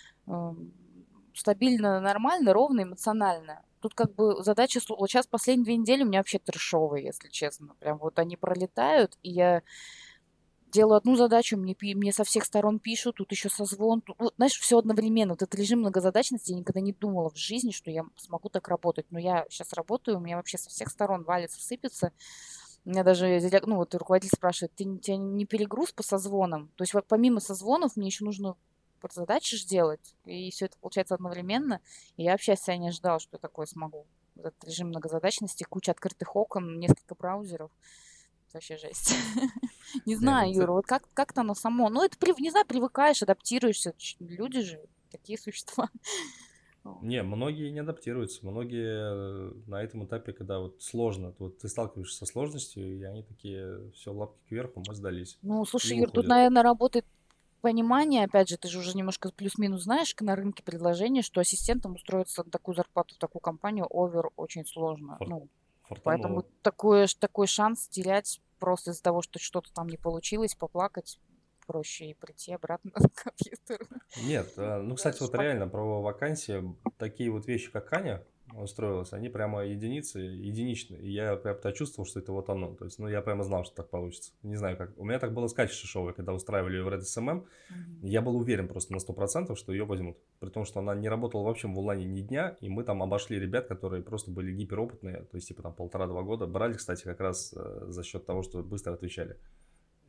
стабильно, нормально, ровно, эмоционально. Тут как бы задачи сло вот щас последние две недели у меня вообще трэшовые, если честно. Прям вот они пролетают, и я делаю одну задачу, мне пи мне со всех сторон пишут, тут еще созвон, тут, вот, знаешь, все одновременно. Вот этот режим многозадачности, я никогда не думала в жизни, что я смогу так работать. Но я сейчас работаю, у меня вообще со всех сторон валится, сыпется. У меня даже дирек ну, вот руководитель спрашивает: "Ты н тя не перегруз по созвонам?" То есть вот помимо созвонов мне еще нужно вот задачи ж делать, и все это получается одновременно. И я вообще от себя не ожидала, что я такое смогу. Вот этот режим многозадачности, куча открытых окон, несколько браузеров. Вообще жесть. Не Не, знаю, ну, Юра, кстати, вот как как-то оно само. Ну, это прив не знаю, привыкаешь, адаптируешься. Ч Люди же такие существа. Вот. не, многие не адаптируются, многие э, на этом этапе, когда вот сложно, вот ты сталкиваешься со сложностью, и они такие, все, лапки кверху, мы сдались, Ну, и слушай, Юр, тут, уходят. наверно, работает понимание. Опять же, ты же уже немножко плюс-минус знаешь к на рынке предложение, что ассистентом устроиться на такую зарплату в такую компанию овер очень сложно. Фор- Ну, поэтому Фартануло. такое ш такой шанс терять просто из-за того, что что-то там не получилось, поплакать, проще и прийти обратно к компьютеру. Нет, э, ну, кстати, Дальше вот пойдём. реально про вакансии, такие вот вещи, как Аня устроилась, они прямо единицы, единичные. И я прям чувствовал, что это вот оно. То есть, ну, я прямо знал, что так получится. Не знаю, как. У меня так было с Катей Шишовой, когда устраивали ее в Red эс эм эм. Мгм. Я был уверен просто на сто процентов, что ее возьмут. При том, что она не работала вообще в онлайне ни дня, и мы там обошли ребят, которые просто были гиперопытные, то есть, типа, там полтора-два года. Брали, кстати, как раз э, за счет того, что быстро отвечали.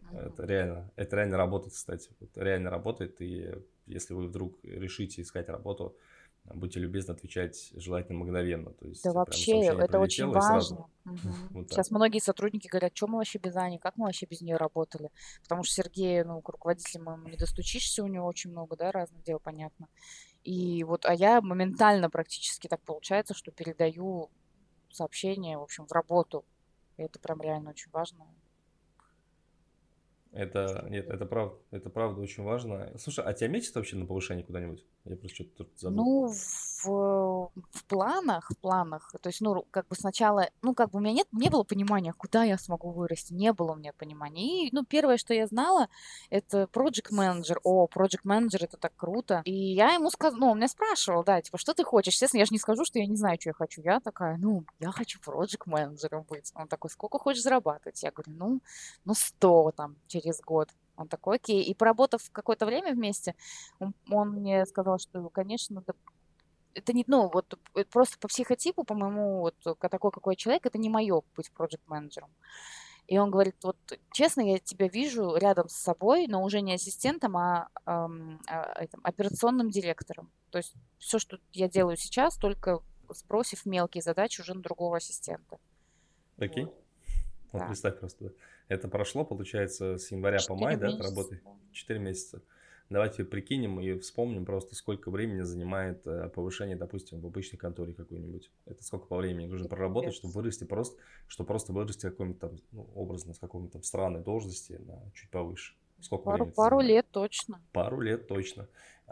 Это Мгм. реально, это реально работает, кстати. Это реально работает, и если вы вдруг решите искать работу, будьте любезны отвечать желательно мгновенно. То Да есть прям вообще, сообщение это очень прилетело и сразу. важно. Мгм. Вот так. Сейчас многие сотрудники говорят, что мы вообще без Ани, как мы вообще без нее работали. Потому что Сергей, ну, к руководителю моему не достучишься, у него очень много, да, разных дел, понятно. И вот, а я моментально практически так получается, что передаю сообщение, в общем, в работу. И это прям реально очень важно. Это, Что нет, делать. это правда, это правда очень важно. Слушай, а тебя метит вообще на повышение куда-нибудь? Я просто что-то тут забыл. Ну, в, в планах, в планах, то есть, ну, как бы сначала, ну, как бы у меня нет, не было понимания, куда я смогу вырасти, не было у меня понимания. И, ну, первое, что я знала, это project manager. О, project manager, это так круто. И я ему сказала, ну, он меня спрашивал, да, типа, что ты хочешь? Естественно, я же не скажу, что я не знаю, что я хочу. Я такая, ну, я хочу project менеджером быть. Он такой, сколько хочешь зарабатывать? Я говорю, ну, ну, сто там через год. Он такой, окей. И поработав какое-то время вместе, он, он мне сказал, что, конечно, да, это не, ну, вот э, просто по психотипу, по-моему, вот ка- такой, какой человек, это не мое быть проект-менеджером. И он говорит, вот честно, я тебя вижу рядом с собой, но уже не ассистентом, а, ам, а, этим, операционным директором. То есть все, что я делаю сейчас, только сбросив мелкие задачи уже на другого ассистента. Окей. Вот, Вот да. представь просто. Это прошло, получается, с января по Четыре май, да, ты месяца. работаешь? Да. Четыре месяца. Давайте прикинем и вспомним просто, сколько времени занимает э, повышение, допустим, в обычной конторе какой-нибудь. Это сколько по времени нужно проработать, чтобы Пипец. вырасти просто, чтобы просто вырасти какой-нибудь там, ну, образно, с какой-нибудь там странной должности на чуть повыше. Сколько Пару, времени это пару занимает? лет точно. Пару лет точно.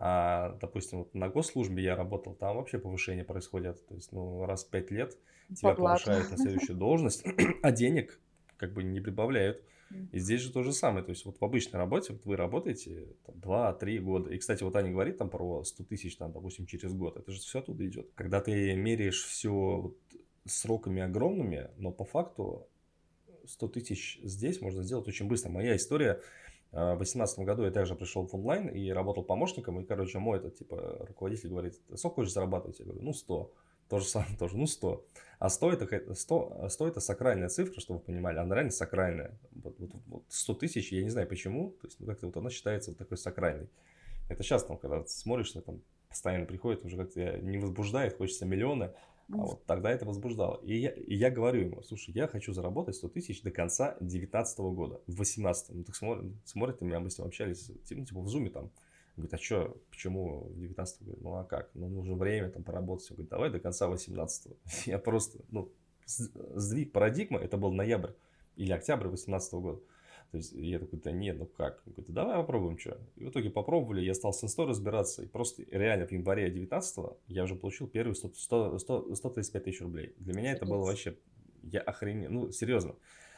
А, допустим, вот на госслужбе я работал, там вообще повышение происходит. То есть, ну, раз в пять лет По тебя блату. повышают на следующую должность, а денег как бы не прибавляют. И Мгм. здесь же то же самое. То есть, вот в обычной работе вот вы работаете там, два-три года. И, кстати, вот Аня говорит там про сто тысяч, там, допустим, через год. Это же все оттуда идет. Когда ты меряешь все вот сроками огромными, но по факту сто тысяч здесь можно сделать очень быстро. Моя история. В две тысячи восемнадцатом году я также пришел в онлайн и работал помощником. И, короче, мой этот, типа, руководитель говорит, сколько хочешь зарабатывать? Я говорю, ну, сто. То же самое тоже, ну, сто. А сто это, какая- сто, сто это сакральная цифра, чтобы вы понимали. Она реально сакральная. Вот, вот, вот сто тысяч, я не знаю почему. То есть, ну, как-то вот она считается вот такой сакральной. Это сейчас, там, когда ты смотришь, что там постоянно приходит, уже как-то не возбуждает, хочется миллиона. А Мгм. вот тогда это возбуждало. И я, и я говорю ему, слушай, я хочу заработать сто тысяч до конца две тысячи девятнадцатого года, в восемнадцатом. Ну, так смотрит, смотрит на меня, мы с ним общались, типа, ну, типа в зуме там. Говорит, а что, почему в девятнадцатом? Говорю, ну а как? Ну, нужно время там поработать. Он говорит, давай до конца восемнадцатого. Я просто, ну, сдвиг парадигмы, это был ноябрь или октябрь восемнадцатого года. То есть я такой, да нет, ну как? Он говорит, давай попробуем, что. И в итоге попробовали, я стал с инстой разбираться, и просто реально в январе девятнадцатого я уже получил первые сто, сто, сто, сто тридцать пять тысяч рублей. Для меня это было Офигеть. вообще, я охренел, ну серьезно.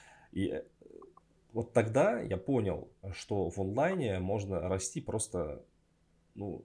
И э, вот тогда я понял, что в онлайне можно расти просто, ну,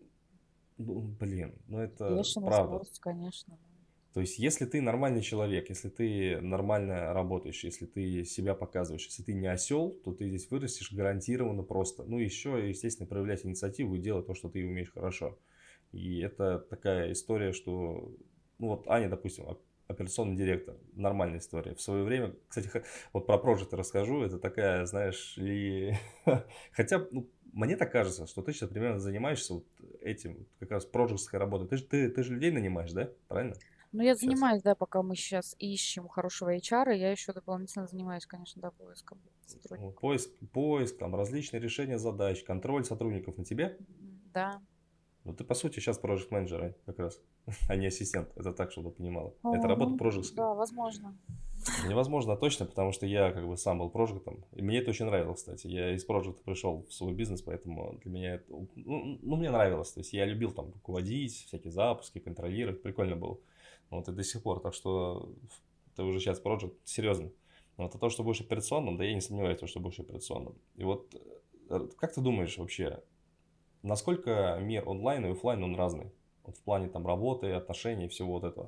ну блин, ну это Бешеная правда. скорость, конечно. То есть, если ты нормальный человек, если ты нормально работаешь, если ты себя показываешь, если ты не осел, то ты здесь вырастешь гарантированно просто. Ну, еще, естественно, проявлять инициативу и делать то, что ты умеешь хорошо. И это такая история, что... Ну, вот Аня, допустим, оп- операционный директор. Нормальная история. В свое время, кстати, х- вот про Project расскажу. Это такая, знаешь ли... Хотя, ну, мне так кажется, что ты сейчас примерно занимаешься вот этим, вот как раз проектской работой. Ты же, ты, ты же людей нанимаешь, да? Правильно? Ну, я Сейчас. занимаюсь, да, пока мы сейчас ищем хорошего эйч ар, я еще дополнительно занимаюсь, конечно, да, поиском Вот, сотрудников. поиск, поиск, там различные решения задач, контроль сотрудников на тебе. Мгм. Да. Ну, ты, по сути, сейчас проект менеджер как раз, а не ассистент. Это так, чтобы ты понимала. Это О, работа ну, прожектская. да, возможно. Невозможно точно, потому что я как бы сам был прожектом. И мне это очень нравилось, кстати. Я из прожекта пришел в свой бизнес, поэтому для меня это... Ну, ну, мне нравилось. То есть я любил там руководить, всякие запуски, контролировать. Прикольно было. Вот и до сих пор. Так что ты уже сейчас прожект, серьезно. Вот, а то, что будешь операционным, да я не сомневаюсь, что будешь операционным. И вот э, как ты думаешь вообще, насколько мир онлайн и оффлайн, он разный? Вот в плане там работы, отношений, всего вот этого.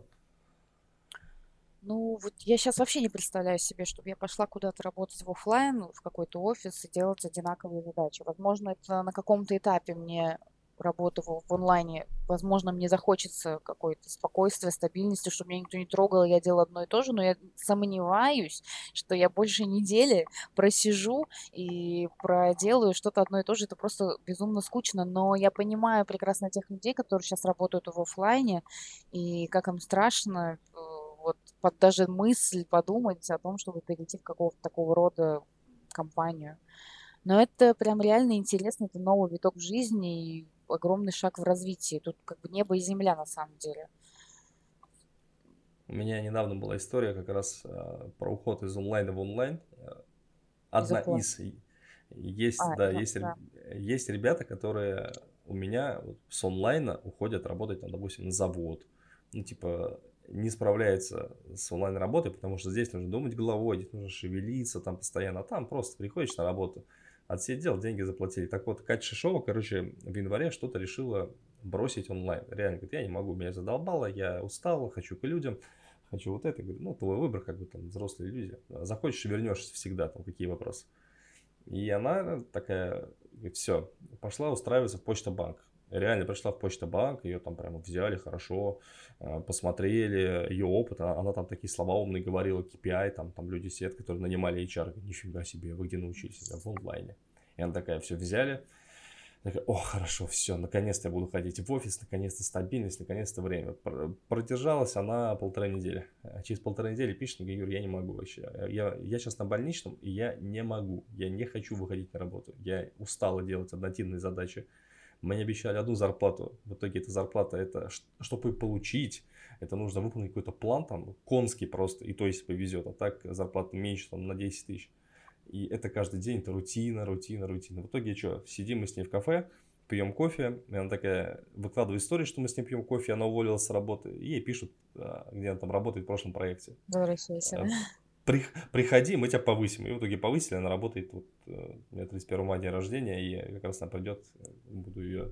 Ну, вот я сейчас вообще не представляю себе, чтобы я пошла куда-то работать в оффлайн, в какой-то офис и делать одинаковые задачи. Возможно, это на каком-то этапе мне работы в, в онлайне. Возможно, мне захочется какое-то спокойствие, стабильности, чтобы меня никто не трогал, и я делала одно и то же, но я сомневаюсь, что я больше недели просижу и проделаю что-то одно и то же. Это просто безумно скучно, но я понимаю прекрасно тех людей, которые сейчас работают в оффлайне, и как им страшно э, вот под даже мысль подумать о том, чтобы перейти в какого-то такого рода компанию. Но это прям реально интересно, это новый виток в жизни и огромный шаг в развитии. Тут как бы небо и земля на самом деле. У меня недавно была история как раз э, про уход из онлайна в онлайн. Э, Из Одна оффлайна. из. И Есть, А, да, из оф- есть, реб- да. есть ребята, которые у меня вот с онлайна уходят работать, там, допустим, на завод. Ну, типа, не справляются с онлайн работой, потому что здесь нужно думать головой, здесь нужно шевелиться там постоянно. А там просто приходишь на работу, отсидел, деньги заплатили. Так вот, Катя Шишова, короче, в январе что-то решила бросить онлайн. Реально, говорит, я не могу, меня задолбало, я устал, хочу к людям, хочу вот это. Говорю, ну, твой выбор, как бы там взрослые люди. Захочешь, вернешься всегда, там, какие вопросы. И она такая, все, пошла устраиваться в Почта-банк. Реально пришла в Почта-банк, ее там прямо взяли хорошо, э, посмотрели ее опыт. Она, она там такие слова умные говорила, кей пи ай, там, там люди сидят, которые нанимали эйч ар. Нифига себе, вы где научились? Я в онлайне. И она такая, все взяли. Такая, о, хорошо, все, наконец-то я буду ходить в офис, наконец-то стабильность, наконец-то время. Пр- Продержалась она полторы недели. А через полторы недели пишет мне, говорю, я не могу вообще. Я, я сейчас на больничном, и я не могу. Я не хочу выходить на работу. Я устала делать однотипные задачи. Мне обещали одну зарплату. В итоге эта зарплата, это, чтобы ее получить, это нужно выполнить какой-то план, там, конский просто, и то, если повезет. А так зарплата меньше, там, на десять тысяч. И это каждый день, это рутина, рутина, рутина. В итоге что, сидим мы с ней в кафе, пьем кофе, и она такая выкладывает историю, что мы с ней пьем кофе, она уволилась с работы, и ей пишут, где она там работает в прошлом проекте. Возвращайся, да? При, приходи, мы тебя повысим. И в итоге повысили, она работает, вот, у меня тридцать первого мая день рождения, и как раз она придет, буду ее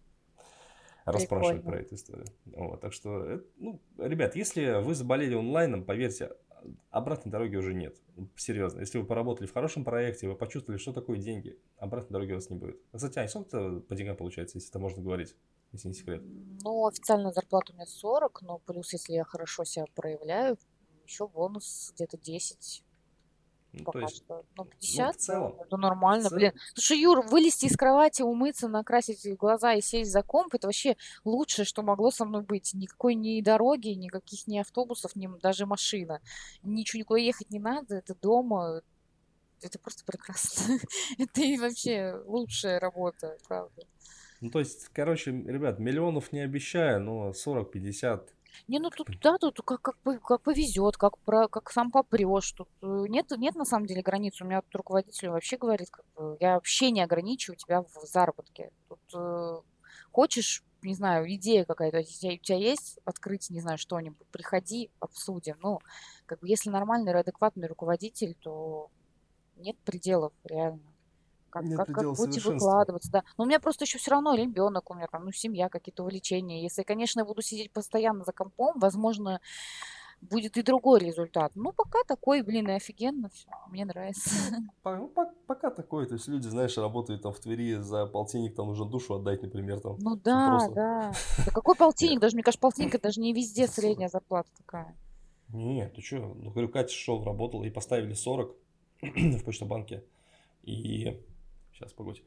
расспрашивать Прикольно. про эту историю. Вот, так что, ну, ребят, если вы заболели онлайном, поверьте, обратной дороги уже нет. Серьезно. Если вы поработали в хорошем проекте, вы почувствовали, что такое деньги, обратной дороги у вас не будет. Кстати, Ань, сколько по деньгам получается, если это можно говорить, если не секрет? Ну, официальная зарплата у меня сорок, но плюс, если я хорошо себя проявляю, еще бонус где-то десять. Ну, то Пока есть, что. Ну, ну, в пятьдесят, да, целом, это в нормально, блин. целом, Слушай, Юр, вылезти из кровати, умыться, накрасить глаза и сесть за комп, это вообще лучшее, что могло со мной быть. Никакой ни дороги, никаких ни автобусов, ни даже машина. Ничего никуда ехать не надо, это дома. Это просто прекрасно. Это и вообще лучшая работа, правда. ну, то есть, короче, ребят, миллионов не обещаю, но сорок-пятьдесят. Не, ну тут, да, тут как, как, пов- как повезет, как, про, как сам попрешь. Тут э, нет, нет на самом деле границ. У меня тут руководитель вообще говорит, как бы, я вообще не ограничиваю тебя в заработке. Тут э, хочешь, не знаю, идея какая-то у тебя, у тебя есть, открыть, не знаю, что-нибудь, приходи, обсудим. Ну, как бы если нормальный, адекватный руководитель, то нет пределов, реально. Как, Нет как, как предела будете совершенству. выкладываться, да. Но у меня просто еще все равно ребенок, у меня там, ну, семья, какие-то увлечения. Если, конечно, я буду сидеть постоянно за компом, возможно, будет и другой результат. Ну, пока такой, блин, и офигенно все. Мне нравится. Ну, по- ну, по- пока такое. То есть люди, знаешь, работают там в Твери за полтинник, там нужно душу отдать, например, там, Ну чтобы да, просто... да. Да какой Нет, полтинник? Даже, мне кажется, полтинник это даже не везде за сорок. средняя зарплата такая. Нет, ты что? Ну, говорю, Катя Шишова работала и поставили сорок в Почта-банке. И... Сейчас, погодь.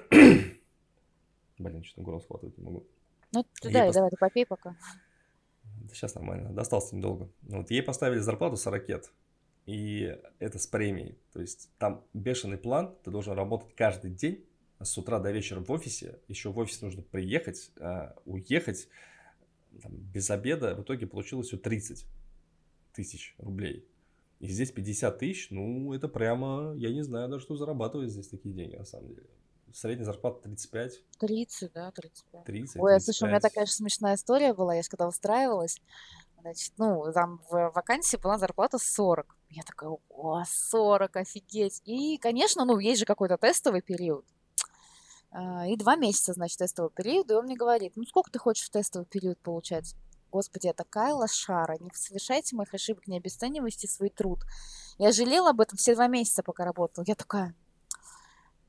Блин, что-то горло схватывать не могу. Ну, ты Ей дай, пост... давай, ты попей пока. Да сейчас нормально, достался недолго. Вот ей поставили зарплату сорок. И это с премией. То есть там бешеный план, ты должен работать каждый день с утра до вечера в офисе. Еще в офис нужно приехать, а, уехать там, без обеда. В итоге получилось у тридцать тысяч рублей. И здесь пятьдесят тысяч, ну это прямо, я не знаю даже, что зарабатывает здесь такие деньги на самом деле. Средняя зарплата тридцать пять, тридцать, да, тридцать пять. тридцать, Ой, а тридцать слушай, у меня пять. такая же смешная история была. Я же когда устраивалась, значит, ну, там в вакансии была зарплата сорок. Я такая, о, сорок, офигеть. И, конечно, ну, есть же какой-то тестовый период. А, И два месяца, значит, тестового периода. И он мне говорит, ну, сколько ты хочешь в тестовый период получать? Господи, я такая лошара. Не совершайте моих ошибок, не обесценивайте свой труд. Я жалела об этом все два месяца, пока работала. Я такая,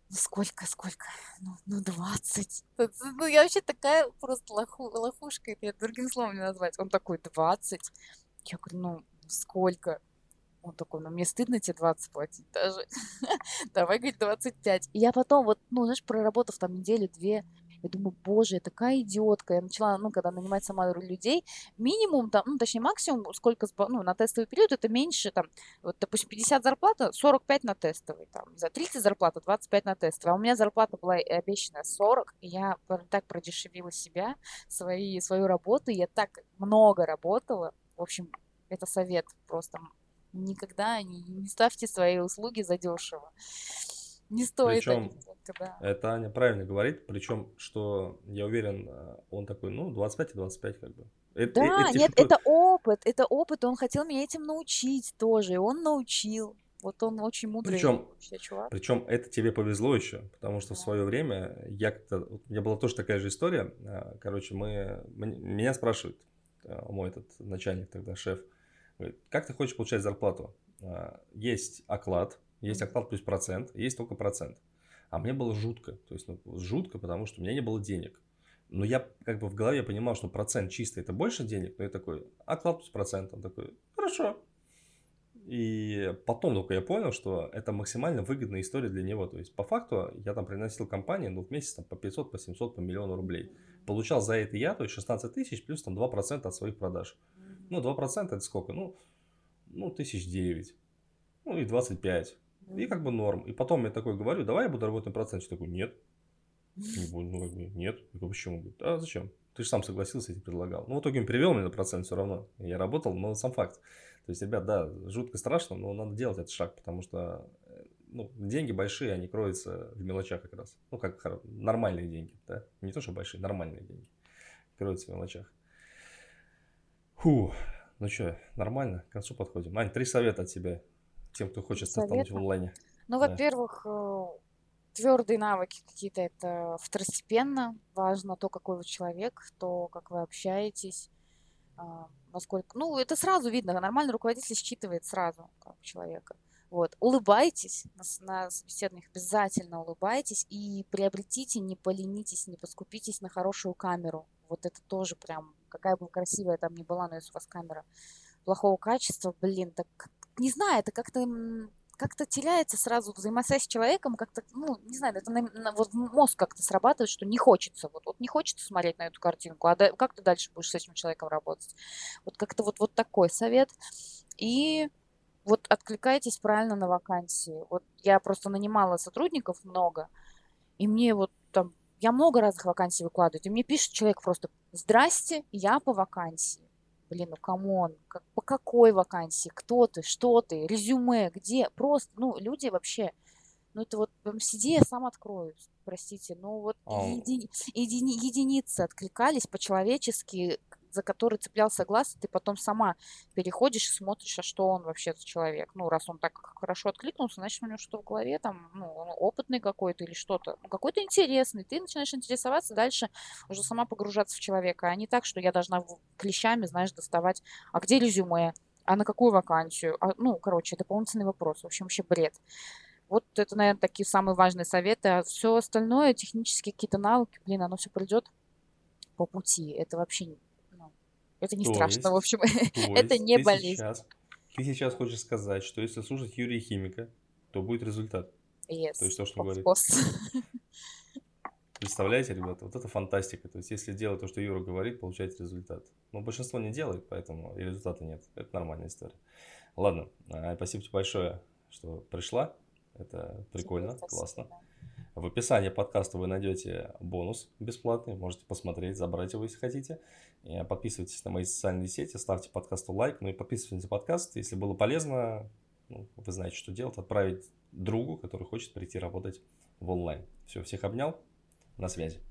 Ну сколько, сколько? Ну, ну двадцать. Т- ц- Ну, я вообще такая просто лоху, лохушка, это я другим словом не назвать. Он такой, двадцать. Я говорю, ну, сколько? Он такой, ну, мне стыдно тебе двадцать платить даже. Давай, говорит, двадцать пять. И я потом вот, ну, знаешь, проработав там неделю-две, я думаю, боже, я такая идиотка. Я начала, ну, когда нанимать сама людей, минимум там, ну, точнее, максимум, сколько, сба- ну, на тестовый период, это меньше, там, вот, допустим, пятьдесят зарплата, сорок пять на тестовый, там, за тридцать зарплата, двадцать пять на тестовый. А у меня зарплата была и обещанная сорок, и я пр- так продешевила себя, свои, свою работу, я так много работала. В общем, это совет просто. Никогда не, не ставьте свои услуги задешево. Не стоит они Причем столько, да. это Аня правильно говорит, причем, что я уверен, э, он такой, ну, двадцать пять и двадцать пять как бы. Это, э- Да, эти нет, шутку, это опыт, это опыт, он хотел меня этим научить тоже, и он научил. Вот он очень мудрый причем, вообще чувак. причем это тебе повезло еще, потому что в Да. свое время я как-то, вот у меня была тоже такая же история, э, короче, мы, м- меня спрашивают, э, мой этот начальник тогда, шеф, говорит, как ты хочешь получать зарплату? А, Есть оклад, есть Мгм. оклад плюс процент, есть только процент. А мне было жутко, то есть ну, жутко, потому что у меня не было денег. Но я как бы в голове понимал, что процент чистый это больше денег, но я такой, оклад плюс процент, он такой, хорошо. И потом только я понял, что это максимально выгодная история для него. То есть, по факту, я там приносил компании, ну, в месяц там, по пятьсот, по семьсот, по миллиону рублей. Мгм. Получал за это я, то есть шестнадцать тысяч, плюс там два процента от своих продаж. Мгм. Ну, два процента это сколько? Ну, ну, тысяч девять, ну, и двадцать пять. И как бы Мгм. норм. И потом я такой говорю, давай я буду работать на процент. Я такой, нет, не буду, ну, как бы, нет. Я говорю, почему? Он говорит, а зачем? Ты же сам согласился, я тебе предлагал. Ну, в итоге он перевел меня на процент все равно. Я работал, но сам факт. То есть, ребят, да, жутко страшно, но надо делать этот шаг, потому что э, ну, деньги большие, они кроются в мелочах как раз. Ну, как хоро- нормальные деньги, да. Не то, что большие, нормальные деньги кроются в мелочах. Фу, ну что, нормально, к концу подходим. Ань, три совета от тебя тем, кто Три хочет стартануть в совета. онлайне. Ну, Да. во-первых, твердые навыки какие-то это второстепенно. Важно то, какой вы человек, то, как вы общаетесь, а, насколько... Ну, это сразу видно. Нормальный руководитель считывает сразу как человека. Вот. Улыбайтесь на, с- на собеседованиях, обязательно улыбайтесь и приобретите, не поленитесь, не поскупитесь на хорошую камеру. Вот это тоже прям, какая бы красивая там ни была, но если у вас камера плохого качества, блин, так не знаю, это как-то м, как-то теряется сразу взаимосвязь с человеком, как-то, ну, не знаю, это на- на- вот мозг как-то срабатывает, что не хочется, вот, вот не хочется смотреть на эту картинку, а да- как ты дальше будешь с этим человеком работать? Вот как-то вот, вот такой совет. И вот откликайтесь правильно на вакансии. Вот я просто нанимала сотрудников много, и мне вот там, я много разных вакансий выкладываю, и мне пишет человек просто, здрасте, я по вакансии. Блин, ну камон, как, по какой вакансии, кто ты, что ты, резюме, где, просто, ну, люди вообще, ну, это вот прям сиди, я сам открою, простите, ну, вот А, еди- едини- единицы откликались по-человечески, за который цеплялся глаз, и ты потом сама переходишь и смотришь, а что он вообще за человек. Ну, раз он так хорошо откликнулся, значит, у него что в голове там, ну, он опытный какой-то или что-то, ну, какой-то интересный. Ты начинаешь интересоваться, дальше уже сама погружаться в человека, а не так, что я должна в- клещами, знаешь, доставать, а где резюме, а на какую вакансию? А, ну, короче, дополнительный вопрос. В общем, вообще бред. Вот это, наверное, такие самые важные советы. А все остальное, технические какие-то навыки, блин, оно все придет по пути. Это вообще, не- ну, это не то страшно, в есть, общем, то это есть, не ты болезнь. сейчас, ты сейчас хочешь сказать, что если слушать Юрия Химика, то будет результат. То есть Yes, то, что он of говорит. course. Представляете, ребята, вот это фантастика. То есть если делать то, что Юра говорит, получаете результат. Но большинство не делает, поэтому и результата нет. Это нормальная история. Ладно, а, спасибо тебе большое, что пришла. Это Тебе прикольно, спасибо, классно. да. В описании подкаста вы найдете бонус бесплатный. Можете посмотреть, забрать его, если хотите. И подписывайтесь на мои социальные сети, ставьте подкасту лайк. Ну и подписывайтесь на подкаст. Если было полезно, ну, вы знаете, что делать. Отправить другу, который хочет прийти работать в онлайн. Все, всех обнял. На связи.